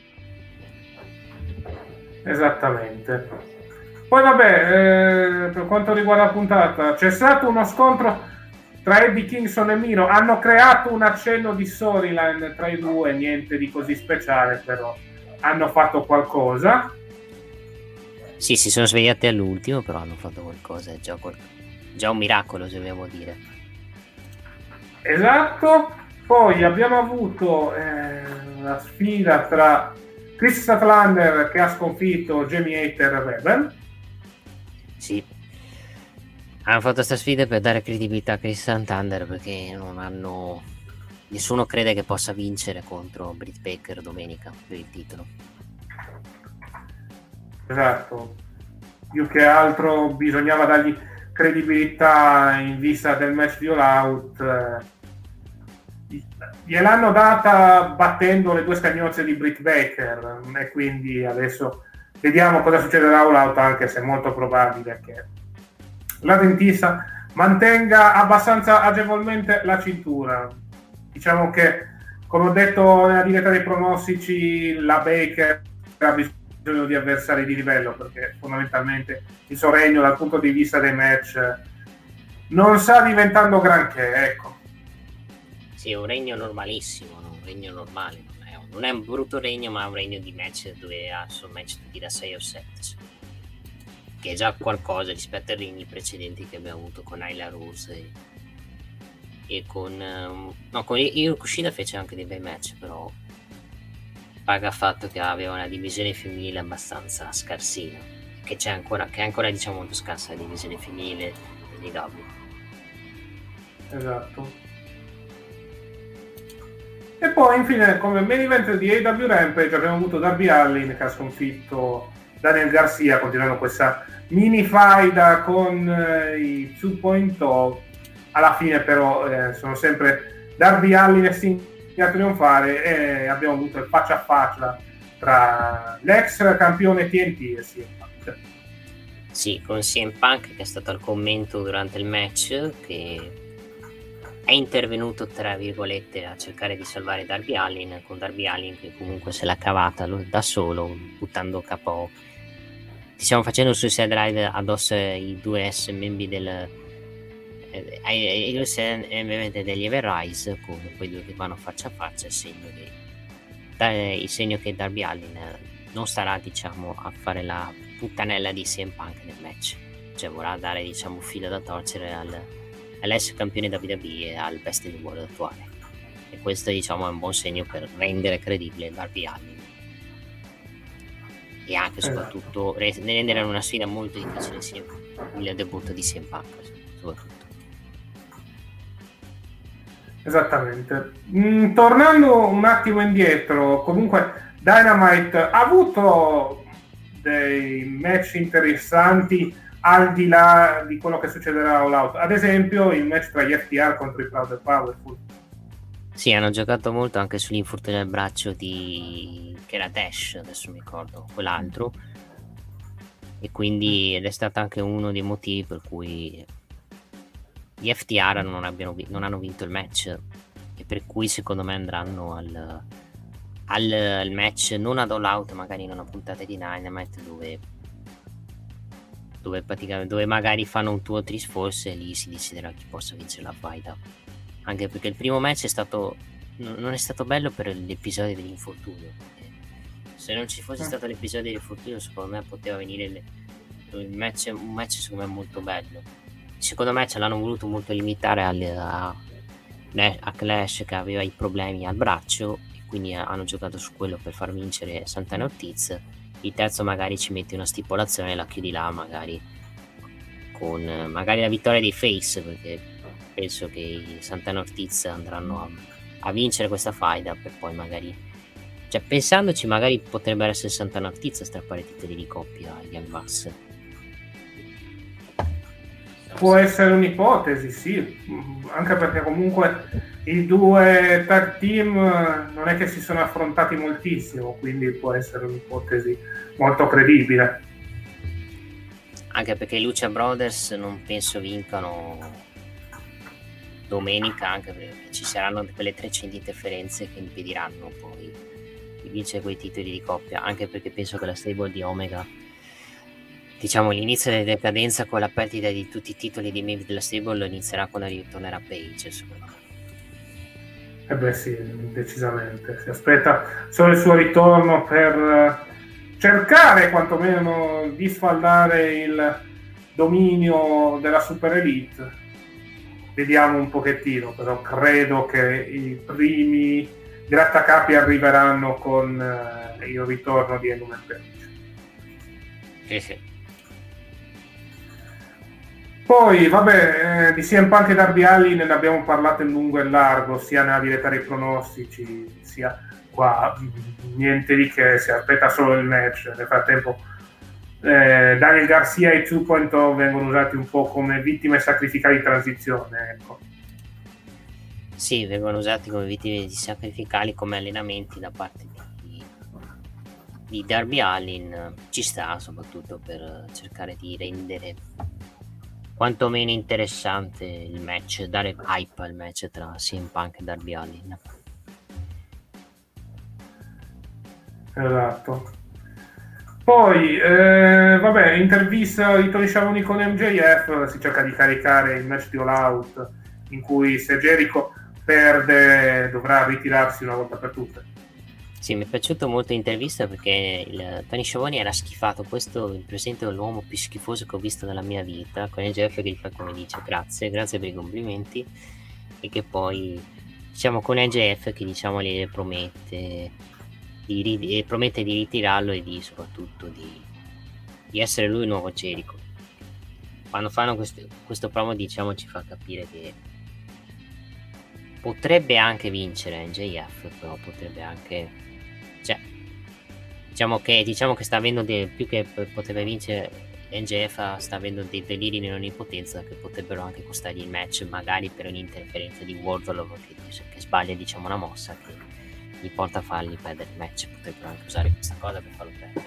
Esattamente. Poi vabbè, per quanto riguarda la puntata, c'è stato uno scontro tra Eddie Kingston e Miro. Hanno creato un accenno di storyline tra i due, niente di così speciale, però hanno fatto qualcosa. Sì, si sono svegliati all'ultimo, però hanno fatto qualcosa, è già un miracolo, se dobbiamo dire. Esatto. Poi abbiamo avuto la sfida tra Chris Statlander, che ha sconfitto Jamie Hayter e Rebel. Sì, hanno fatto questa sfida per dare credibilità a Chris Statlander, perché nessuno crede che possa vincere contro Britt Baker domenica per il titolo. Esatto. più che altro bisognava dargli credibilità in vista del match di All Out. Gliel'hanno data battendo le 2 scagnozze di Britt Baker, e quindi adesso vediamo cosa succederà a All Out, anche se è molto probabile che la dentista mantenga abbastanza agevolmente la cintura. Diciamo che, come ho detto nella diretta dei pronostici, la Baker ha bisogno di avversari di livello, perché fondamentalmente il suo regno dal punto di vista dei match non sta diventando granché, ecco. Sì, è un regno normalissimo, no? Un regno normale, non è un brutto regno, ma è un regno di match dove sono match tutti da 6 o 7, che è già qualcosa rispetto ai regni precedenti che abbiamo avuto con Nyla Rose e con Hikaru Kushida fece anche dei bei match, però paga il fatto che aveva una divisione femminile abbastanza scarsina, che è ancora diciamo molto scarsa la divisione femminile dell'AEW. Esatto. E poi infine, come main event di AEW Rampage, abbiamo avuto Darby Allin che ha sconfitto Daniel Garcia, continuando questa mini faida con i 2.0. Alla fine però sono sempre Darby Allin e Sting a trionfare, e abbiamo avuto il faccia a faccia tra l'ex campione TNT e CM Punk. Sì, con CM Punk, che è stato al commento durante il match, che è intervenuto tra virgolette a cercare di salvare Darby Allin, con Darby Allin che comunque se l'ha cavata da solo, buttando KO, diciamo, facendo il suicide drive addosso ai 2 membri degli Everrise, con quei 2 che vanno faccia a faccia, il segno che Darby Allin non starà, diciamo, a fare la puttanella di CM Punk nel match, cioè vorrà dare, diciamo, filo da torcere all'ex campione WWE e al best in the world attuale, e questo, diciamo, è un buon segno per rendere credibile Darby Allin e anche soprattutto rendere una sfida molto difficile il debutto di CM Punk soprattutto. Esattamente. Tornando un attimo indietro, comunque Dynamite ha avuto dei match interessanti al di là di quello che succederà a All Out. Ad esempio il match tra gli FTR contro i Proud and Powerful. Sì, hanno giocato molto anche sull'infortunio del braccio che era Dash, adesso mi ricordo quell'altro, e quindi ed è stato anche uno dei motivi per cui gli FTR non hanno vinto il match, e per cui secondo me andranno al match non ad All Out, magari in una puntata di Dynamite dove magari fanno un 2 o 3 forse, e lì si deciderà chi possa vincere la faida, anche perché il primo match non è stato bello per l'episodio dell'infortunio. Se non ci fosse stato l'episodio dell'infortunio, secondo me poteva venire un match secondo me molto bello. Il secondo match l'hanno voluto molto limitare a Clash, che aveva i problemi al braccio, e quindi hanno giocato su quello per far vincere Santana Ortiz. Il terzo magari ci metti una stipulazione e la chiudi là, magari con la vittoria dei face, perché penso che i Santana Ortiz andranno a vincere questa faida, per poi magari, cioè pensandoci, magari potrebbe essere Santana Ortiz a strappare i titoli di coppia agli Young Bucks. Può essere un'ipotesi, sì, anche perché comunque i 2 tag team non è che si sono affrontati moltissimo, quindi può essere un'ipotesi molto credibile. Anche perché i Lucha Brothers non penso vincano domenica, anche perché ci saranno quelle 300 interferenze che impediranno poi di vincere quei titoli di coppia, anche perché penso che la stable di Omega, diciamo, l'inizio della decadenza con la perdita di tutti i titoli dei membri della stable inizierà quando ritornerà Page, secondo me. Beh sì, decisamente. Si aspetta solo il suo ritorno per cercare quantomeno di sfaldare il dominio della Super Elite. Vediamo un pochettino, però credo che i primi grattacapi arriveranno con il ritorno di Hangman Page. Sì. Poi, vabbè, di CM Punk e Darby Allin ne abbiamo parlato in lungo e largo, sia nella diretta dei pronostici, sia qua. Niente di che, si aspetta solo il match. Nel frattempo Daniel Garcia e 2.0 vengono usati un po' come vittime sacrificali di transizione, ecco. Sì, vengono usati come vittime sacrificali, come allenamenti da parte di Darby Allin. Ci sta, soprattutto per cercare di rendere quantomeno interessante il match, dare hype al match tra CM Punk e Darby Allin. Esatto. Poi, vabbè, intervista di Tony Schiavone con MJF, si cerca di caricare il match di All Out, in cui se Jericho perde dovrà ritirarsi una volta per tutte. Sì, mi è piaciuto molto l'intervista perché Tony Schiavone era schifato. Questo mi presenta l'uomo più schifoso che ho visto nella mia vita, con MJF che gli fa come dice grazie per i complimenti, e che poi diciamo con MJF che diciamo gli promette di ritirarlo e soprattutto di essere lui il nuovo Jericho. Quando fanno questo promo, diciamo, ci fa capire che potrebbe anche vincere MJF, però potrebbe anche, cioè, diciamo che sta avendo più che potrebbe vincere MJF, sta avendo dei deliri di onnipotenza che potrebbero anche costargli il match, magari per un'interferenza di Wardlow che sbaglia, diciamo, una mossa che gli porta a fargli perdere il match. Potrebbero anche usare questa cosa per farlo perdere.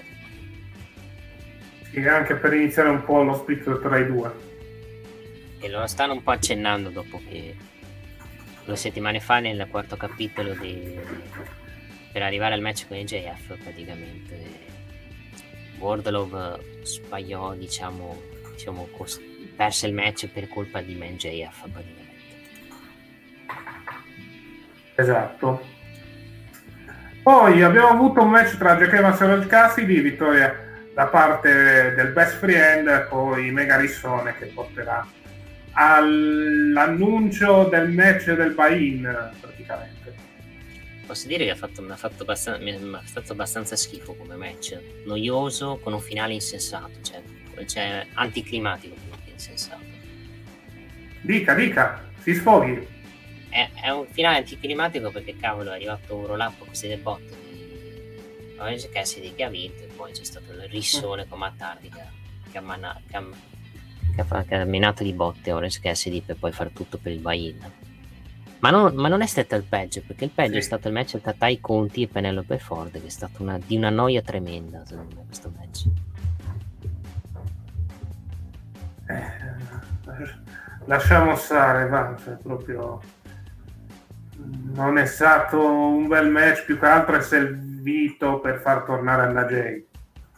Sì, anche per iniziare un po' lo split tra i due. E lo stanno un po' accennando dopo che 2 settimane fa nel quarto capitolo per arrivare al match con MJF praticamente Wardlow sbagliò, diciamo perse il match per colpa di MJF praticamente. Esatto. Poi abbiamo avuto un match tra Jack Evans e Orange Cassidy, vittoria da parte del Best Friend, poi Mega Rissone che porterà all'annuncio del match del buy-in praticamente. Posso dire che mi ha fatto abbastanza schifo come match, noioso, con un finale insensato, cioè anticlimatico più che insensato. Dica, si sfoghi. È un finale anticlimatico perché cavolo è arrivato un roll up così del botto di Orange Cassidy che ha vinto, e poi c'è stato il rissone con Matt Hardy che ha minato di botte Orange Cassidy per poi fare tutto per il buy-in. Ma non è stato il peggio, perché il peggio è stato il match tra Tai Conti e Penelope Ford, che è stato di una noia tremenda secondo me questo match. Lasciamo stare, va, cioè proprio non è stato un bel match, più che altro è servito per far tornare Anna Jay.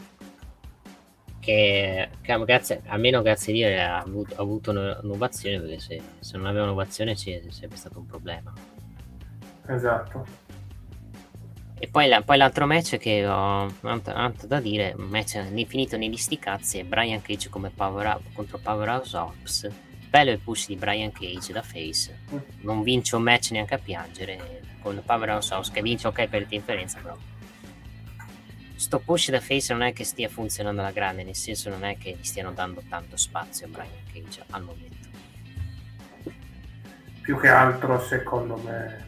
Che almeno grazie a Dio ha avuto un'ovazione, perché se non aveva un'ovazione sarebbe stato un problema. Esatto. E poi l'altro match che ho tanto da dire, un match finito negli sticazzi, è Brian Cage come contro Powerhouse Hobbs. Bello il push di Brian Cage da face, non vince un match neanche a piangere con Powerhouse Hobbs, che vince ok per l'interferenza, però sto push da face non è che stia funzionando alla grande, nel senso non è che gli stiano dando tanto spazio a Brian Cage al momento. Più che altro secondo me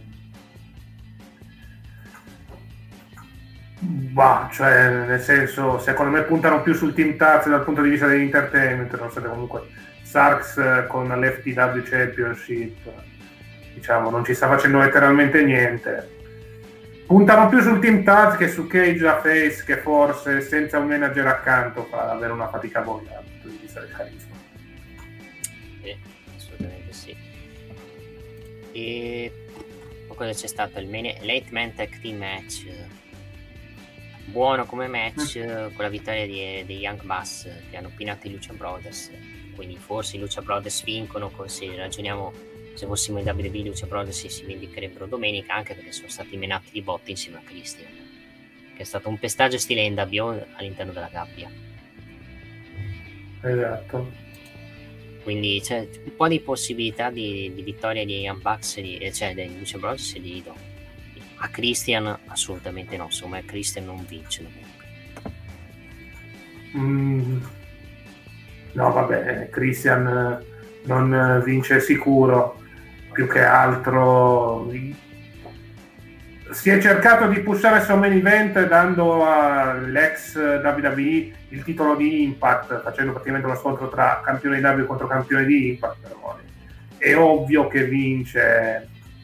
cioè nel senso, secondo me puntano più sul Team Taz dal punto di vista dell'entertainment, non so, comunque Starks con l'FTW Championship diciamo non ci sta facendo letteralmente niente. Puntano più sul Team Taz che su Cage a face, che forse senza un manager accanto fa avere una fatica boia dal punto di vista del carisma. Assolutamente sì. E cosa c'è stato? Late Man Tag Team match, buono come match, con la vittoria dei Young Bucks che hanno pinato i Lucha Brothers. Quindi forse i Lucha Brothers vincono, se ragioniamo, se fossimo in WWE i Lucha Brothers si vendicherebbero domenica, anche perché sono stati menati di botte insieme a Christian, che è stato un pestaggio stile NWO all'interno della gabbia. Esatto. Quindi c'è un po' di possibilità di vittoria di Young Bucks, cioè dei Lucha Brothers, e li do. A Christian assolutamente no, secondo me Christian non vince domenica. No, vabbè, Christian non vince sicuro, più che altro si è cercato di pushare sul main event dando all'ex WWE il titolo di Impact, facendo praticamente uno scontro tra campione di WWE contro campione di Impact. Però è ovvio che vince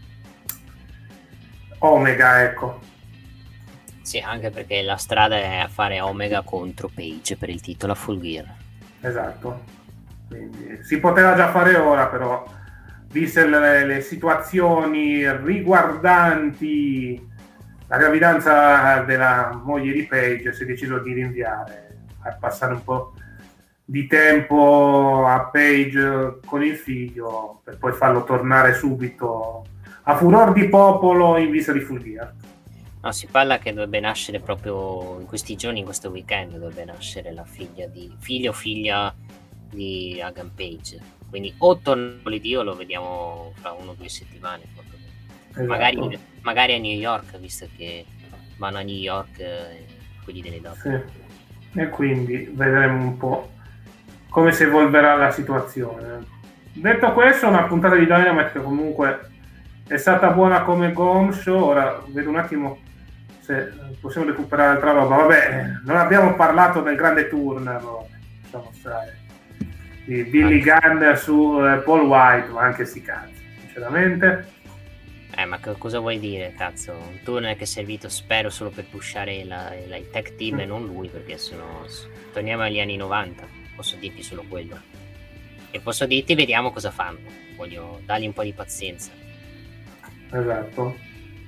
Omega, ecco. Sì, anche perché la strada è a fare Omega contro Page per il titolo a Full Gear. Esatto, quindi si poteva già fare ora, però viste le situazioni riguardanti la gravidanza della moglie di Page, si è deciso di rinviare, a passare un po' di tempo a Page con il figlio per poi farlo tornare subito a furor di popolo in vista di Full Gear. No, si parla che dovrebbe nascere proprio in questi giorni, in questo weekend, dovrebbe nascere la figlio o figlia di Hagan Page. Quindi o torna l'Iddio, lo vediamo fra 1 o 2 settimane. Esatto. Magari a New York, visto che vanno a New York quelli delle donne. Sì. E quindi vedremo un po' come si evolverà la situazione. Detto questo, una puntata di Dynamite che comunque è stata buona come Gong Show. Ora vedo un attimo se possiamo recuperare altra roba. Vabbè, non abbiamo parlato del grande turn, lasciamo stare, di Billy Gunn su Paul White, ma anche sti cazzi, sinceramente. Ma cosa vuoi dire, cazzo? Un turno che è servito, spero, solo per pushare i tag team e non lui, perché torniamo agli anni 90, posso dirti solo quello. E posso dirti, vediamo cosa fanno. Voglio dargli un po' di pazienza. Esatto.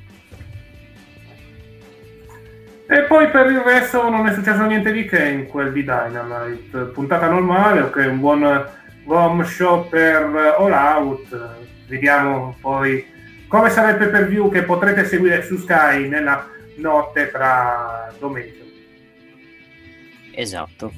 E poi per il resto non è successo niente di che in quel di Dynamite. Puntata normale, ok, un buon Gong Show per All Out. Vediamo poi come sarà il pay-per-view che potrete seguire su Sky nella notte tra domenica. Esatto.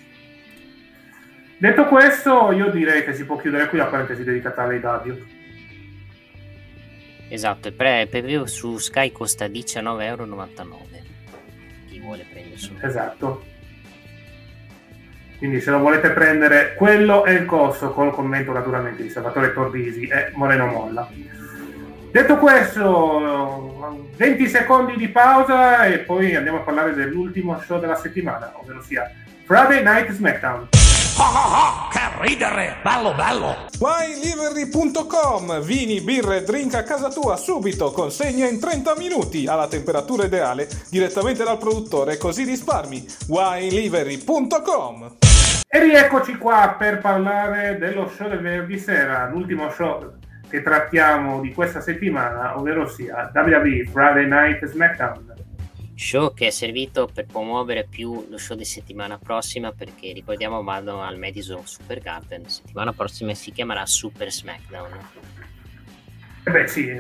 Detto questo, io direi che si può chiudere qui la parentesi dedicata all'AEW. Esatto, il pay-per-view su Sky costa €19,99. Chi vuole prenderselo. Esatto. Quindi se lo volete prendere, quello è il costo, col commento naturalmente di Salvatore Tordisi e Moreno Molla. Detto questo, 20 secondi di pausa e poi andiamo a parlare dell'ultimo show della settimana, ovvero sia Friday Night SmackDown. Che ridere, bello bello. WineLivery.com, vini, birre, drink a casa tua subito, consegna in 30 minuti alla temperatura ideale direttamente dal produttore, così risparmi. WineLivery.com. E rieccoci qua per parlare dello show del venerdì sera, l'ultimo show che trattiamo di questa settimana, ovvero sia WWE Friday Night SmackDown. Show che è servito per promuovere più lo show di settimana prossima, perché ricordiamo vanno al Madison Square Garden, settimana prossima si chiamerà Super SmackDown. Beh sì,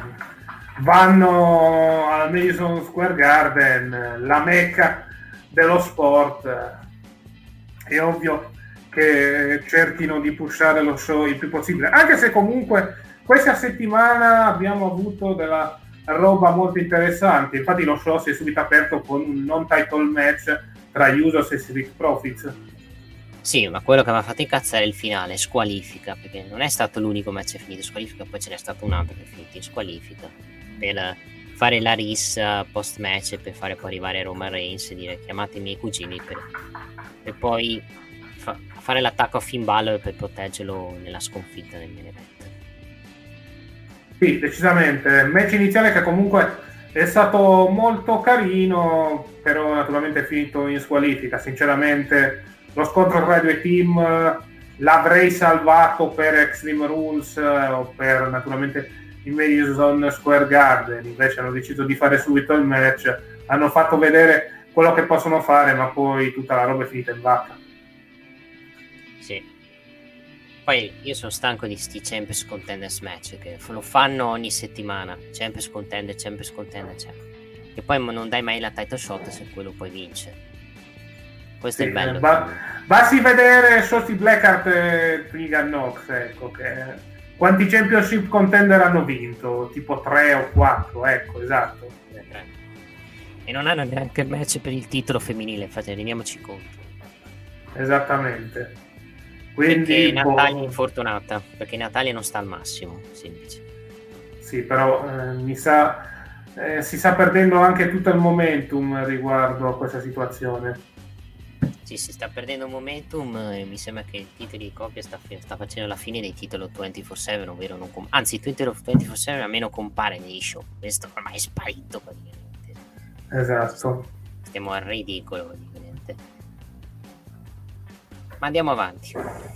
vanno al Madison Square Garden, la mecca dello sport. È ovvio che cerchino di pushare lo show il più possibile, anche se comunque questa settimana abbiamo avuto della roba molto interessante. Infatti lo show si è subito aperto con un non title match tra Usos e Street Profits. Sì, ma quello che mi ha fatto incazzare è il finale, squalifica, perché non è stato l'unico match finito in squalifica, poi ce n'è stato un altro che è finito in squalifica per fare la rissa post match e per fare poi arrivare Roman Reigns e dire chiamate i miei cugini per poi fare l'attacco a Finn Balor per proteggerlo nella sconfitta del main event. Sì, decisamente. Match iniziale che comunque è stato molto carino, però naturalmente è finito in squalifica. Sinceramente lo scontro tra i due team l'avrei salvato per Extreme Rules o per naturalmente il Madison Square Garden. Invece hanno deciso di fare subito il match, hanno fatto vedere quello che possono fare, ma poi tutta la roba è finita in vacca. Sì. Poi io sono stanco di sti Champions Contenders match che lo fanno ogni settimana, Champions Contender, e poi non dai mai la title shot se quello poi vince. Questo sì, è il bello. Basti vedere Shotzi Blackheart e Tegan Nox, ecco, che quanti Championship Contender hanno vinto? Tipo 3 o 4, ecco, esatto. E non hanno neanche il match per il titolo femminile, infatti rendiamoci conto. Esattamente. Quindi, perché Natalia è infortunata, perché Natalia non sta al massimo, semplice. Sì, però mi sa si sta perdendo anche tutto il momentum riguardo a questa situazione. Sì, si sta perdendo momentum e mi sembra che il titolo di coppia sta facendo la fine dei titoli 24/7, ovvero anzi Twitter 24/7 almeno compare negli show, questo ormai è sparito praticamente. Esatto. Stiamo al ridicolo praticamente. Ma andiamo avanti.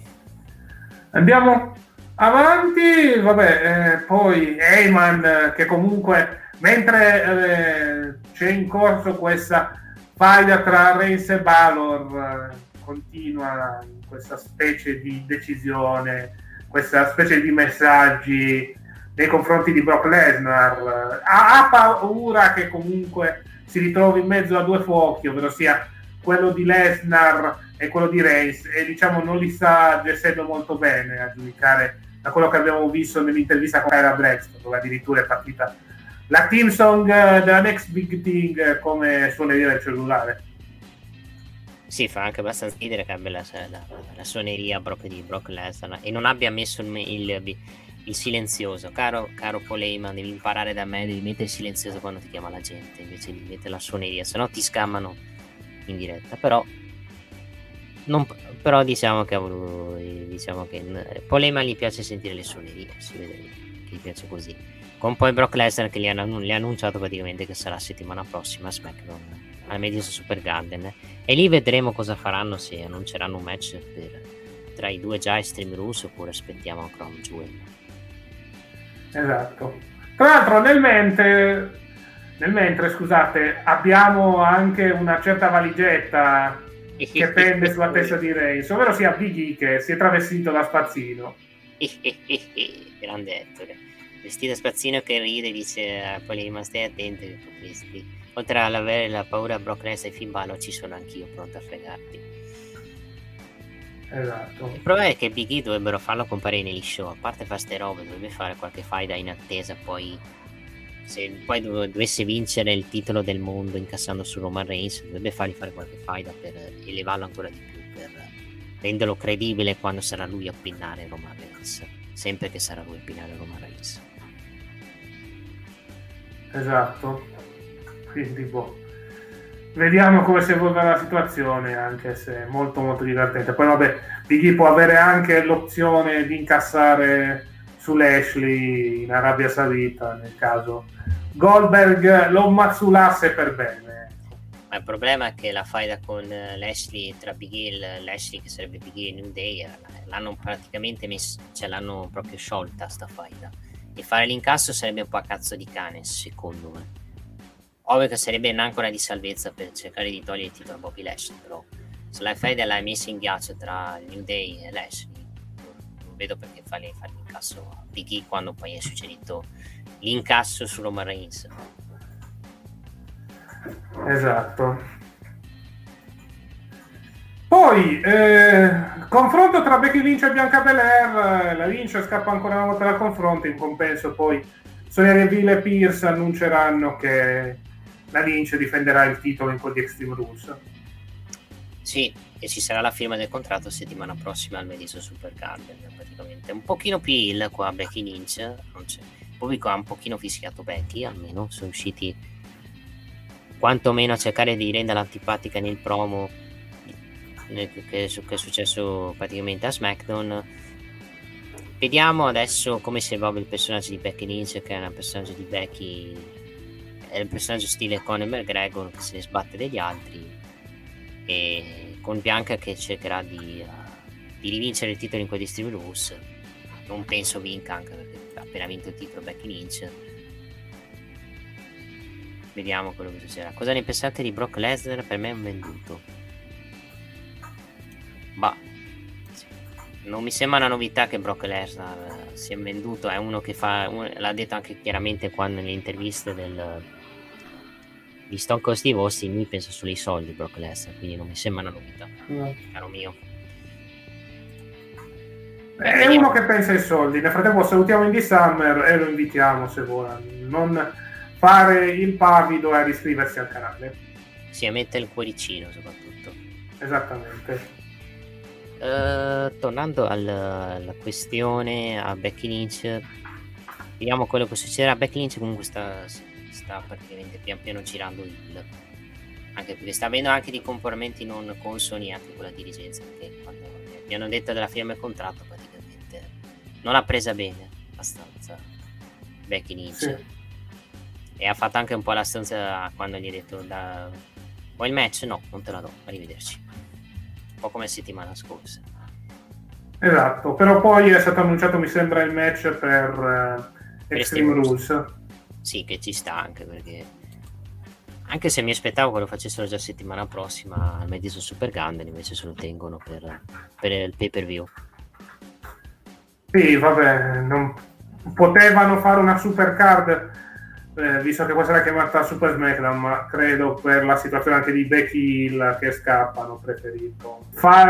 Vabbè, poi Heyman che comunque mentre c'è in corso questa faida tra Reigns e Balor, continua questa specie di decisione, questa specie di messaggi nei confronti di Brock Lesnar. Ha paura che comunque si ritrovi in mezzo a due fuochi, ovvero sia quello di Lesnar e quello di Reigns, e diciamo non li sta gestendo molto bene, a giudicare da quello che abbiamo visto nell'intervista con Kyra Braxton, dove addirittura è partita la team song della Next Big Thing come suoneria del cellulare. Sì, fa anche abbastanza ridere che abbia la suoneria proprio di Brock Lesnar e non abbia messo il silenzioso. Caro Paul Heyman, devi imparare da me, devi mettere il silenzioso quando ti chiama la gente invece di mettere la suoneria, sennò ti scammano in diretta. Però diciamo che Paul Heyman gli piace sentire le suonerie, si vede che gli piace così. Con poi Brock Lesnar che gli ha annunciato praticamente che sarà settimana prossima a SmackDown al Madison Square Garden, e lì vedremo cosa faranno, se annunceranno un match tra i due già Extreme Rules oppure aspettiamo Crown Jewel. Esatto. Tra l'altro nel mentre scusate, abbiamo anche una certa valigetta che pende sulla testa di Reigns, ovvero sia Big E che si è travestito da spazzino. Grande Ettore, vestito spazzino che ride, dice poi ma stai attento che potresti, oltre ad avere la paura Brock Lesnar e Finn Balor, ci sono anch'io pronto a fregarti. Esatto. Il problema è che Big E dovrebbero farlo comparire negli show, a parte fare ste robe dovrebbe fare qualche faida in attesa, poi se poi dovesse vincere il titolo del mondo incassando su Roman Reigns, dovrebbe fargli fare qualche faida per elevarlo ancora di più, per renderlo credibile quando sarà lui a pinnare Roman Reigns, sempre che sarà lui a pinnare Roman Reigns. Esatto, quindi vediamo come si evolverà la situazione, anche se è molto molto divertente. Poi vabbè, Big E può avere anche l'opzione di incassare su Lashley in Arabia Saudita nel caso Goldberg lo mazzulasse per bene. Ma il problema è che la faida con Lashley, tra Big E, Lashley che sarebbe Big E e New Day, l'hanno praticamente l'hanno proprio sciolta sta faida, e fare l'incasso sarebbe un po' a cazzo di cane secondo me. Ovvio che sarebbe un'ancora di salvezza per cercare di togliere il titolo a Bobby Lashley, però se la faida l'hai messa in ghiaccio tra New Day e Lashley, non vedo perché fare l'incasso a Big E quando poi hai suggerito l'incasso su Roman Reigns. Esatto. Poi confronto tra Becky Lynch e Bianca Belair. La Lynch scappa ancora una volta dal confronto, in compenso poi Sonya Deville e Pierce annunceranno che la Lynch difenderà il titolo in quel di Extreme Rules. Sì, e ci sarà la firma del contratto settimana prossima al Madison Square Garden, praticamente un pochino più heel qua Becky Lynch, non c'è. Il pubblico ha un pochino fischiato Becky, almeno sono riusciti quantomeno a cercare di renderla antipatica nel promo che è successo praticamente a SmackDown. Vediamo adesso come si evolve il personaggio di Becky Lynch, che è un personaggio di Becky, è un personaggio stile Conor McGregor che se ne sbatte degli altri, e con Bianca che cercherà di rivincere il titolo in quei Extreme Rules. Non penso vinca, anche perché ha appena vinto il titolo Becky Lynch. Vediamo quello che succederà. Cosa ne pensate di Brock Lesnar? Per me è un venduto. Non mi sembra una novità che Brock Lesnar sia venduto. È uno che l'ha detto anche chiaramente quando nelle interviste di Stone Cold Steve Austin, lui pensa solo ai soldi Brock Lesnar, quindi non mi sembra una novità, caro mio. È uno che pensa ai soldi. Nel frattempo salutiamo Indie Summer e lo invitiamo, se vuole, non fare il pavido e a iscriversi al canale. Sì, a mettere il cuoricino soprattutto. Esattamente. Tornando alla questione a Becky Lynch, vediamo quello che succederà. Becky Lynch comunque sta praticamente pian piano girando il, anche perché sta avendo anche dei comportamenti non consoni anche con la dirigenza, perché quando mi hanno detto della firma del contratto praticamente non l'ha presa bene abbastanza Becky Lynch, Sì. e ha fatto anche un po' la stanza quando gli ha detto vuoi il match? No, non te la do, arrivederci, un po' come settimana scorsa. Esatto, però poi è stato annunciato, mi sembra, il match per Extreme Rules. Sì, che ci sta, anche perché anche se mi aspettavo che lo facessero già settimana prossima al Madison Super Garden, invece se lo tengono per il pay per view. Sì, vabbè, non potevano fare una super card, visto che questa era chiamata Super SmackDown, ma credo per la situazione anche di Becky Hill che scappa hanno preferito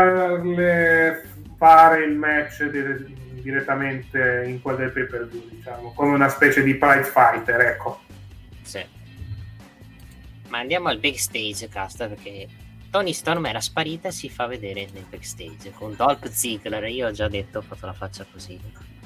fare il match direttamente in quel del pay per view, diciamo, come una specie di Pride Fighter, ecco. Sì. Ma andiamo al backstage, Casta, perché Tony Storm era sparita e si fa vedere nel backstage con Dolph Ziggler. Io ho già detto, ho fatto la faccia così.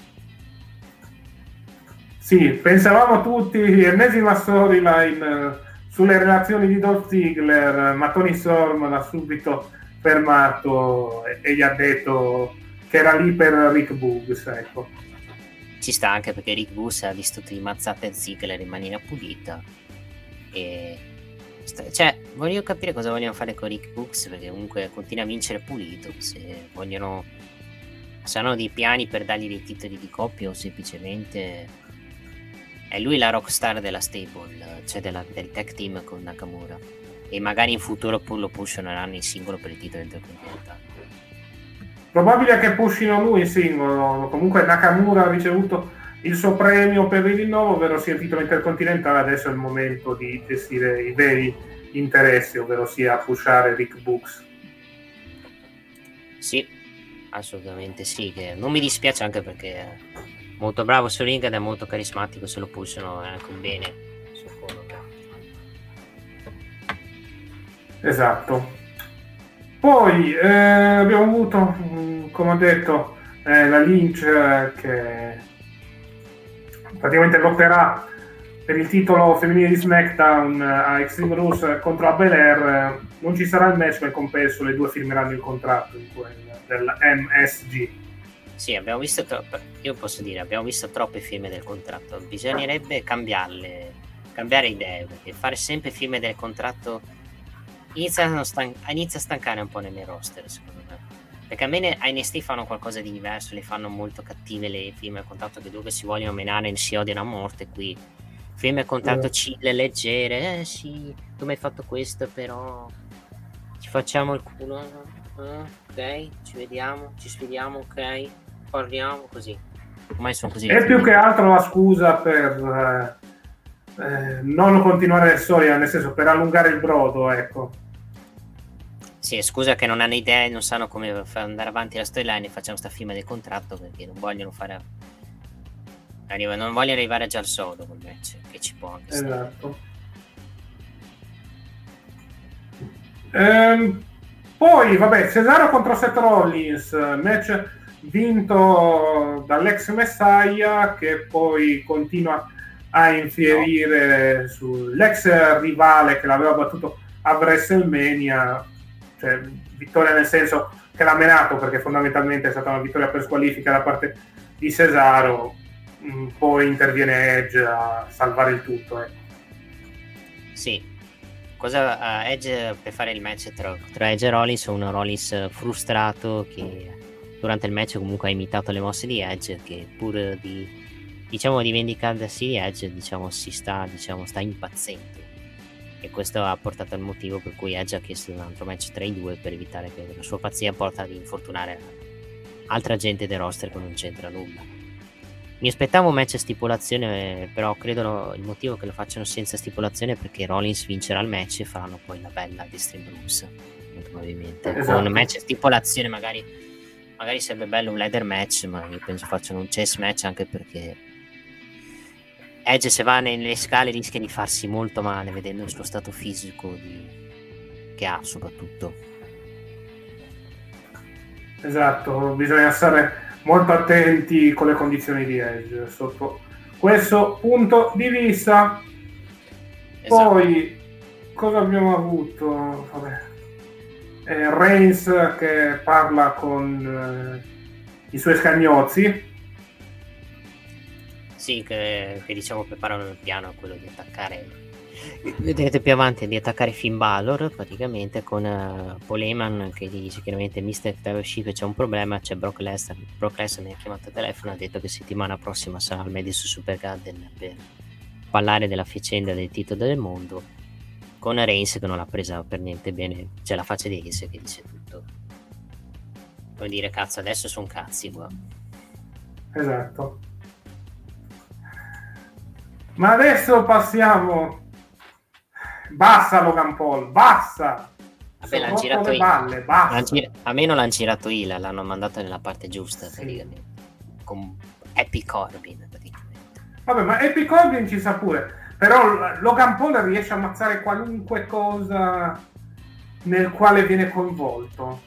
Sì, pensavamo tutti ennesima storyline sulle relazioni di Dolph Ziggler, ma Tony Storm l'ha subito fermato e gli ha detto che era lì per Rick Boogs, ecco. Ci sta anche perché Rick Boogs ha visto trimazzate Ziggler in maniera pulita e cioè voglio capire cosa vogliono fare con Rick Boogs, perché comunque continua a vincere pulito. Se hanno dei piani per dargli dei titoli di coppia o semplicemente è lui la rockstar della stable, cioè del tag team con Nakamura, e magari in futuro lo pusheranno in singolo per il titolo intercontinentale. Probabile che pushino lui in singolo. Comunque Nakamura ha ricevuto il suo premio per il rinnovo, ovvero sia il titolo intercontinentale. Adesso è il momento di gestire i veri interessi, ovvero sia pushare Rick Boogs. Sì, assolutamente sì, che non mi dispiace, anche perché è molto bravo sul ring ed è molto carismatico. Se lo pushano è anche un bene sul foro. Esatto. Poi abbiamo avuto, come ho detto, la Lynch che praticamente lotterà per il titolo femminile di SmackDown a Extreme Rules contro la Belair. Non ci sarà il match, ma in compenso le due firmeranno il contratto in quel del MSG. Sì, abbiamo visto io posso dire, abbiamo visto troppe firme del contratto. Bisognerebbe cambiare idee, perché fare sempre firme del contratto inizia a stancare un po' nel main roster, secondo me, perché a me a NXT fanno qualcosa di diverso, le fanno molto cattive le firme al contratto, che dove si vogliono menare si odiano a morte. Qui firme al contratto chill, leggere, sì, tu mi hai fatto questo, però ci facciamo il culo, ok, ci vediamo, ci sfidiamo, ok, parliamo, così. Ormai sono così. È più che altro la scusa per non continuare la storia, nel senso, per allungare il brodo, ecco. Sì, scusa che non hanno idee, non sanno come andare avanti la storyline e facciamo sta firma del contratto, perché non vogliono non vogliono arrivare già al sodo col match, che ci può anche stare. Esatto. Poi, vabbè, Cesaro contro Seth Rollins, match vinto dall'ex Messiah, che poi continua a infierire sull'ex rivale che l'aveva battuto a WrestleMania. Cioè, vittoria nel senso che l'ha menato, perché fondamentalmente è stata una vittoria per squalifica da parte di Cesaro. Poi interviene Edge a salvare il tutto, ecco. Sì, Edge per fare il match tra Edge e Rollins, un Rollins frustrato che durante il match comunque ha imitato le mosse di Edge, che pur di vendicarsi di Edge, sta impazzendo, e questo ha portato al motivo per cui Edge ha chiesto un altro match tra i due, per evitare che la sua pazzia porta ad infortunare altra gente del roster che non c'entra nulla. Mi aspettavo un match a stipulazione, però credo il motivo che lo facciano senza stipulazione è perché Rollins vincerà il match e faranno poi la bella ad Extreme Rules, molto probabilmente. Esatto. Con un match a stipulazione magari sarebbe bello un ladder match, ma io penso facciano un chess match, anche perché Edge, se va nelle scale, rischia di farsi molto male, vedendo il suo stato fisico che ha soprattutto. Esatto, bisogna stare molto attenti con le condizioni di Edge sotto questo punto di vista. Esatto. Poi cosa abbiamo avuto? Vabbè. Reigns che parla con i suoi scagnozzi. Sì, che diciamo preparano il piano, quello di attaccare. Vedrete più avanti di attaccare Finn Balor praticamente con Paul Heyman che gli dice chiaramente Mr. Fellowship c'è un problema, c'è Brock Lesnar mi ha chiamato al telefono, ha detto che settimana prossima sarà al Madison Square Garden per parlare della vicenda del titolo del mondo, con Reigns che non l'ha presa per niente bene, c'è la faccia di Reigns che dice tutto, vuol dire cazzo adesso sono cazzi qua. Esatto. Ma adesso passiamo. Basta Logan Paul, basta. Vabbè, l'hanno girato le balle, basta. a me non l'hanno girato l'hanno mandato nella parte giusta, sì. Praticamente con Happy Corbin praticamente. Vabbè, ma Happy Corbin ci sa pure, però Logan Paul riesce a ammazzare qualunque cosa nel quale viene coinvolto.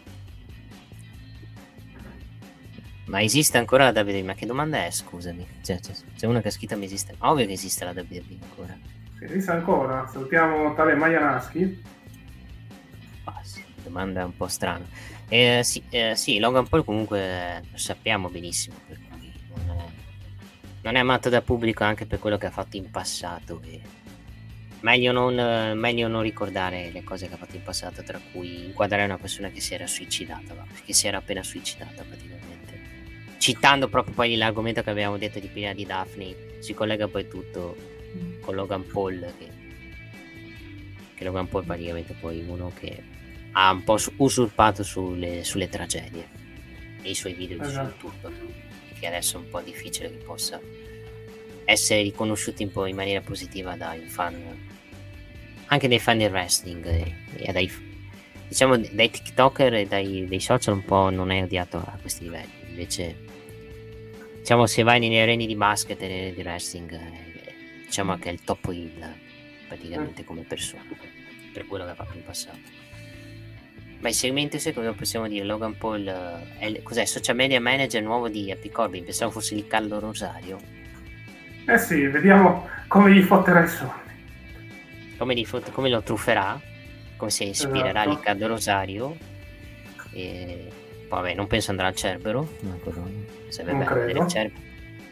Ma esiste ancora la WWE? Ma che domanda è, scusami? C'è uno che ha scritto ma esiste. Ovvio che esiste la WWE ancora. Esiste ancora? Salutiamo tale Majanowski. Sì, domanda un po' strana. Sì, Logan Paul comunque lo sappiamo benissimo, per cui non è amato dal pubblico anche per quello che ha fatto in passato. Meglio non ricordare le cose che ha fatto in passato, tra cui inquadrare una persona che si era suicidata, che si era appena suicidata praticamente. Citando proprio poi l'argomento che abbiamo detto di prima di Daphne, si collega poi tutto con Logan Paul, che Logan Paul praticamente poi uno che ha un po' usurpato sulle tragedie e i suoi video di YouTube, che adesso è un po' difficile che possa essere riconosciuto in maniera positiva dai fan, anche dai fan del wrestling e dai TikToker e dai social un po' non è odiato a questi livelli. Invece diciamo se vai nelle arene di basket e di wrestling diciamo che è il top heel praticamente come persona per quello che ha fatto in passato. Ma il segmento secondo possiamo dire Logan Paul cos'è? Social media manager nuovo di Happy Corbin, pensavo fosse di Carlo Rosario. Sì, vediamo come gli fotterà i soldi, come lo trufferà, come si ispirerà esatto. Riccardo Rosario e vabbè, non penso andrà al Cerbero, sarebbe bello vedere il Cerbero.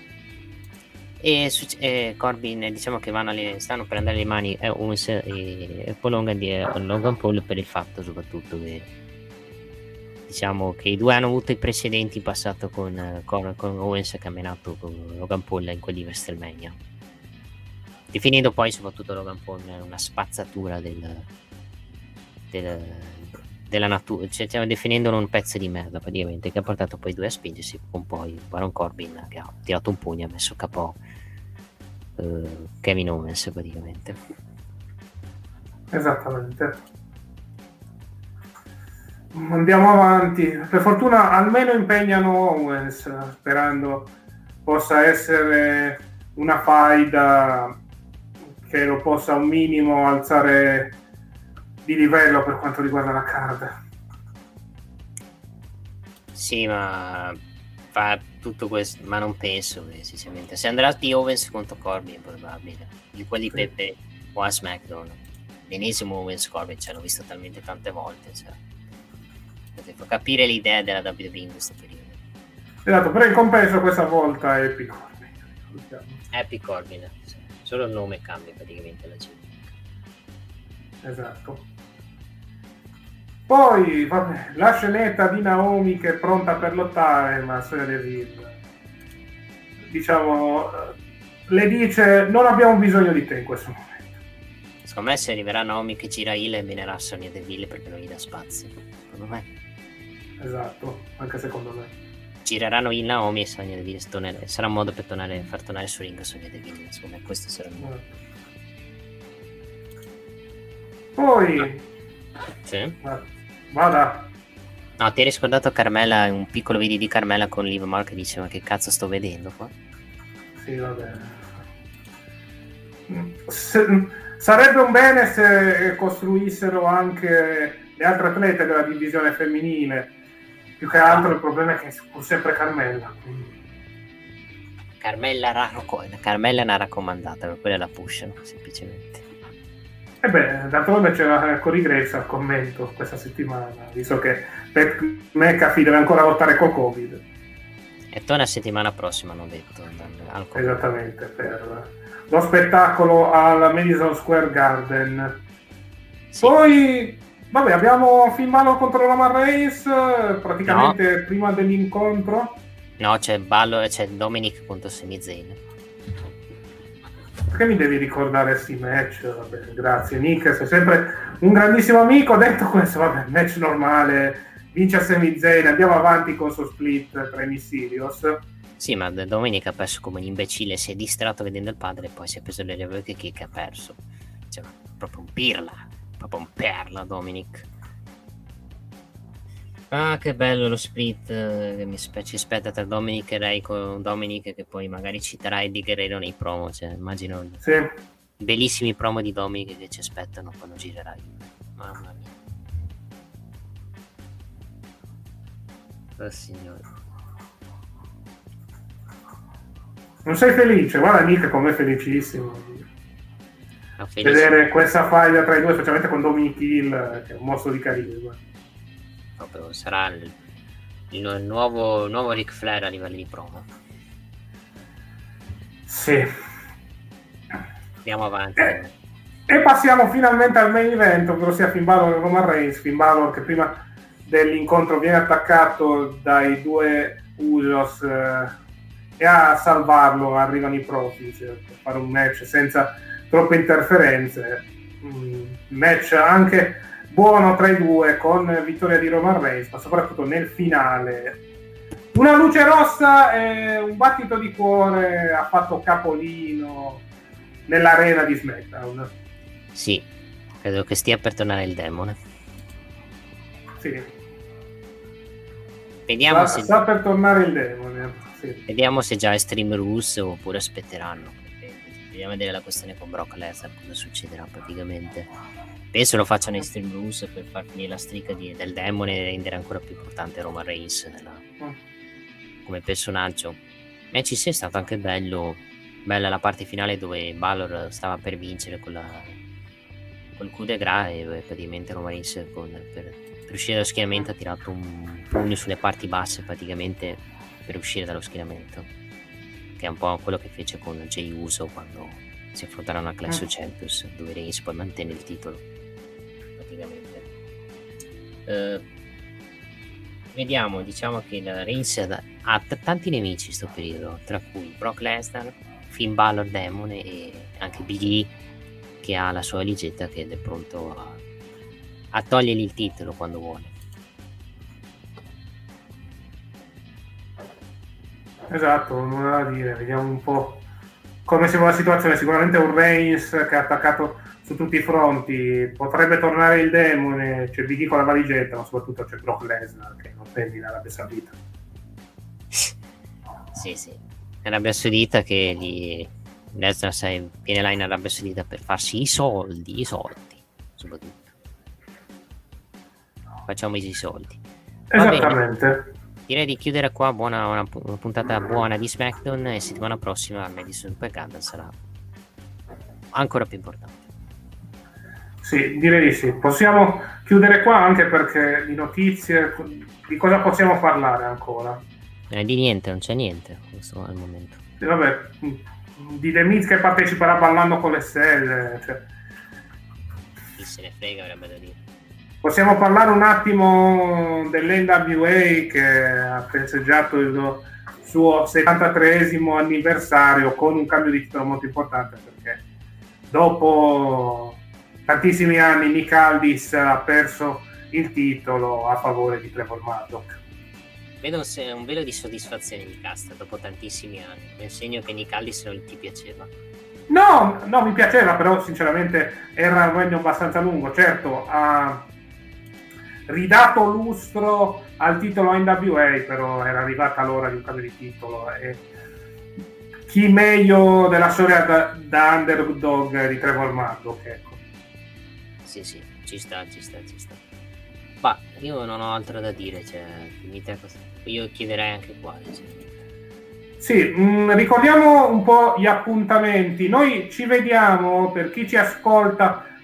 E Corbin diciamo che stanno per andare le mani Owens e Paul di Logan Paul per il fatto soprattutto che diciamo che i due hanno avuto i precedenti in passato con Owens che ha menato con Logan Paul in quelli WrestleMania, definendo poi soprattutto Logan Paul una spazzatura della natura, cioè definendolo un pezzo di merda praticamente, che ha portato poi i due a spingersi con poi Baron Corbin che ha tirato un pugno e ha messo capo Kevin Owens praticamente. Esattamente. Andiamo avanti, per fortuna almeno impegnano Owens, sperando possa essere una faida che lo possa un minimo alzare di livello per quanto riguarda la card. Sì, ma fa tutto questo, ma non penso che sinceramente se andrà di Owens contro Corbin è probabile di quelli Pepe o a SmackDown, l'ennesimo Owens Corbin ce l'ho visto talmente tante volte, cioè devo capire l'idea della WWE in questo periodo. Esatto, però in compenso questa volta è Happy Corbin, cioè, solo il nome cambia praticamente la gente. Esatto. Poi, vabbè, la scenetta di Naomi che è pronta per lottare, ma Sonia Deville, diciamo, le dice non abbiamo bisogno di te in questo momento. Secondo me se arriverà Naomi che gira heel e venerà Sonia Deville perché non gli dà spazio, secondo me. Esatto, anche secondo me. Gireranno heel Naomi e Sonia Deville sarà un modo per far tornare sul ring Sonia Deville, secondo me questo sarà il modo. Poi sì. Vada. No, ti hai riscordato Carmella, un piccolo video di Carmella con Liv Morgan che diceva che cazzo sto vedendo qua? Sì, va bene. Sarebbe un bene se costruissero anche le altre atlete della divisione femminile. Più che altro il problema è che è sempre Carmella. Carmella è una raccomandata, per quella la pushano semplicemente. E beh, d'altronde c'era Corey Graves al commento questa settimana, visto che Pat McAfee deve ancora lottare col Covid. E torna settimana prossima, hanno detto. Esattamente, per lo spettacolo al Madison Square Garden. Sì. Poi, vabbè, abbiamo Finn Balor contro Roman Reigns, praticamente prima dell'incontro. No, c'è Dominic contro Sami Zayn. Perché mi devi ricordare questi match? Vabbè, grazie Nick, sei sempre un grandissimo amico. Detto questo, vabbè, match normale, vince Sami Zayn, andiamo avanti con suo split tra i Mysterios. Sì, ma Dominic ha perso come un imbecille, si è distratto vedendo il padre e poi si è preso le revoche che ha perso. Cioè, proprio un perla Dominic. Ah, che bello lo split che ci aspetta tra Dominic e Ray, con Dominic che poi magari citerà Eddie Guerrero nei promo, cioè immagino bellissimi promo di Dominic che ci aspettano quando girerà. Mamma mia. Oh signore. Non sei felice? Guarda Nick com'è felicissimo vedere questa faglia tra i due, specialmente con Dominic Hill che è un mostro di carisma. Proprio sarà il nuovo Ric Flair a livello di promo. Sì. Andiamo avanti. E passiamo finalmente al main event, ovvero sia Finn Balor e Roman Reigns. Finn Balor che prima dell'incontro viene attaccato dai due Usos e a salvarlo arrivano i Profits per fare un match senza troppe interferenze. Match anche buono tra i due, con vittoria di Roman Reigns, ma soprattutto nel finale una luce rossa e un battito di cuore ha fatto capolino nell'arena di SmackDown. Sì, credo che stia per tornare il demone. Sì. Vediamo se sta per tornare il demone. Sì. Vediamo se già Extreme Rules oppure aspetteranno. Vediamo vedere la questione con Brock Lesnar, cosa succederà praticamente. Penso lo facciano in Extreme Rules per far finire la streak del demone e rendere ancora più importante Roman Reigns come personaggio. Match è stato anche bella la parte finale dove Balor stava per vincere col coup de gras e praticamente Roman Reigns per uscire dallo schieramento ha tirato un pugno sulle parti basse praticamente per uscire dallo schieramento, che è un po' quello che fece con Jey Uso quando si affrontarono a Clash of Champions, dove Reigns poi mantenne il titolo praticamente. Vediamo, diciamo che Reigns ha tanti nemici in sto periodo, tra cui Brock Lesnar, Finn Balor demone e anche Big E, che ha la sua ligetta che è pronto a togliergli il titolo quando vuole. Esatto, nulla da dire, vediamo un po' come si va la situazione. Sicuramente un Reigns che ha attaccato su tutti i fronti, potrebbe tornare il demone, c'è Big E con la valigetta, ma soprattutto c'è Brock Lesnar che non tende in Arabia Saudita. Sì, Arabia Saudita che Lesnar viene là in Arabia Saudita per farsi i soldi soprattutto. Facciamoci i soldi. Esattamente. Direi di chiudere qua, una puntata buona di SmackDown, e settimana prossima al Madison Square Garden sarà ancora più importante. Sì, direi di sì. Possiamo chiudere qua anche perché di notizie, di cosa possiamo parlare ancora? Di niente, non c'è niente questo al momento. Sì, vabbè, di The Miz che parteciperà ballando con le stelle, cioè. Chi se ne frega, avrebbe da dire. Possiamo parlare un attimo dell'NWA che ha festeggiato il suo 73esimo anniversario con un cambio di titolo molto importante, perché dopo tantissimi anni Nick Aldis ha perso il titolo a favore di Trevor Murdoch. Vedo un velo di soddisfazione di cast dopo tantissimi anni, nel segno che Nick Aldis non ti piaceva. No, mi piaceva, però sinceramente era un regno abbastanza lungo. Certo, ha ridato lustro al titolo NWA, però era arrivata l'ora di un cambio di titolo e chi meglio della storia da underdog di Trevor Murdoch, ecco. Sì, ci sta. Ma io non ho altro da dire, cioè, io chiederei anche qua. Sì, ricordiamo un po' gli appuntamenti. Noi ci vediamo, per chi ci ascolta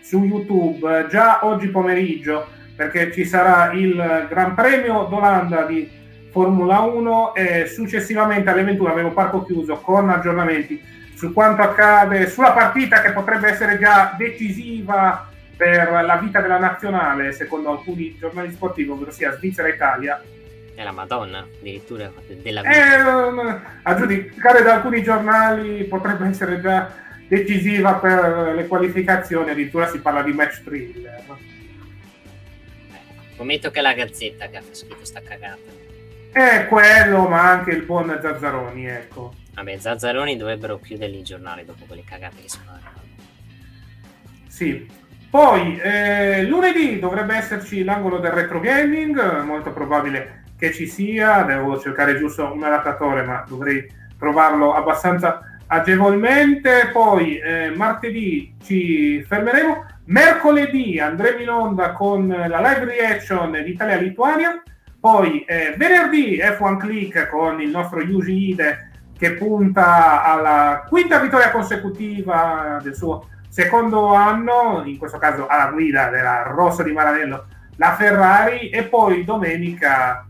su YouTube già oggi pomeriggio, perché ci sarà il Gran Premio d'Olanda di Formula 1 e successivamente alle 21 avevo Parco Chiuso con aggiornamenti su quanto accade sulla partita che potrebbe essere già decisiva per la vita della nazionale, secondo alcuni giornali sportivi, ovvero sia Svizzera-Italia. È la Madonna, addirittura della vita. A giudicare da alcuni giornali potrebbe essere già decisiva per le qualificazioni, addirittura si parla di match thriller. Scommetto che è la Gazzetta che ha scritto sta cagata. È quello, ma anche il buon Zazzaroni, ecco. Vabbè, Zazzaroni dovrebbero chiuderli i giornali dopo quelle cagate che sparano. Sì. Poi, lunedì dovrebbe esserci l'angolo del retro gaming, molto probabile che ci sia, devo cercare giusto un adattatore, ma dovrei trovarlo abbastanza agevolmente. Poi, martedì ci fermeremo. Mercoledì andremo in onda con la live reaction di Italia-Lituania. Poi, venerdì F1 Click con il nostro Yuji Ide, che punta alla quinta vittoria consecutiva del suo secondo anno, in questo caso alla guida della Rosso di Maranello, la Ferrari. E poi domenica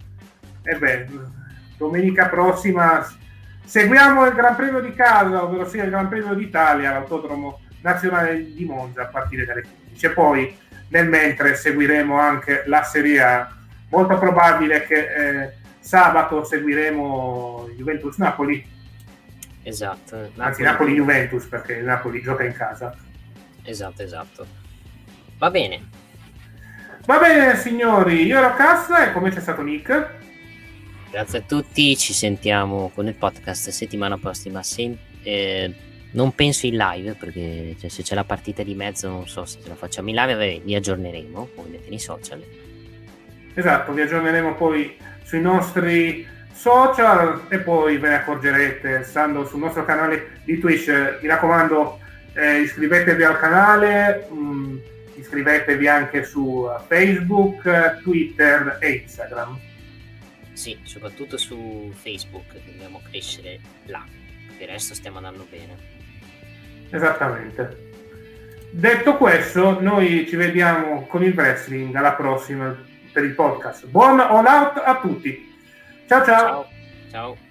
prossima seguiamo il Gran Premio di casa, ovvero sia il Gran Premio d'Italia all'Autodromo Nazionale di Monza a partire dalle 15. E poi nel mentre seguiremo anche la Serie A. Molto probabile che sabato seguiremo Juventus-Napoli. Esatto. Anzi, Napoli-Juventus, perché il Napoli gioca in casa. Esatto. Va bene, signori, io ero Cassa e come c'è stato Nick. Grazie a tutti, ci sentiamo con il podcast settimana prossima. Non penso in live, perché se c'è la partita di mezzo non so se ce la facciamo in live. Vi aggiorneremo ovviamente nei social. Esatto, vi aggiorneremo poi sui nostri social e poi ve ne accorgerete stando sul nostro canale di Twitch. Mi raccomando, iscrivetevi al canale, iscrivetevi anche su Facebook, Twitter e Instagram. Sì, soprattutto su Facebook, dobbiamo crescere là, per il resto stiamo andando bene. Esattamente. Detto questo, noi ci vediamo con il wrestling alla prossima per il podcast. Buon all out a tutti. Ciao. Ciao.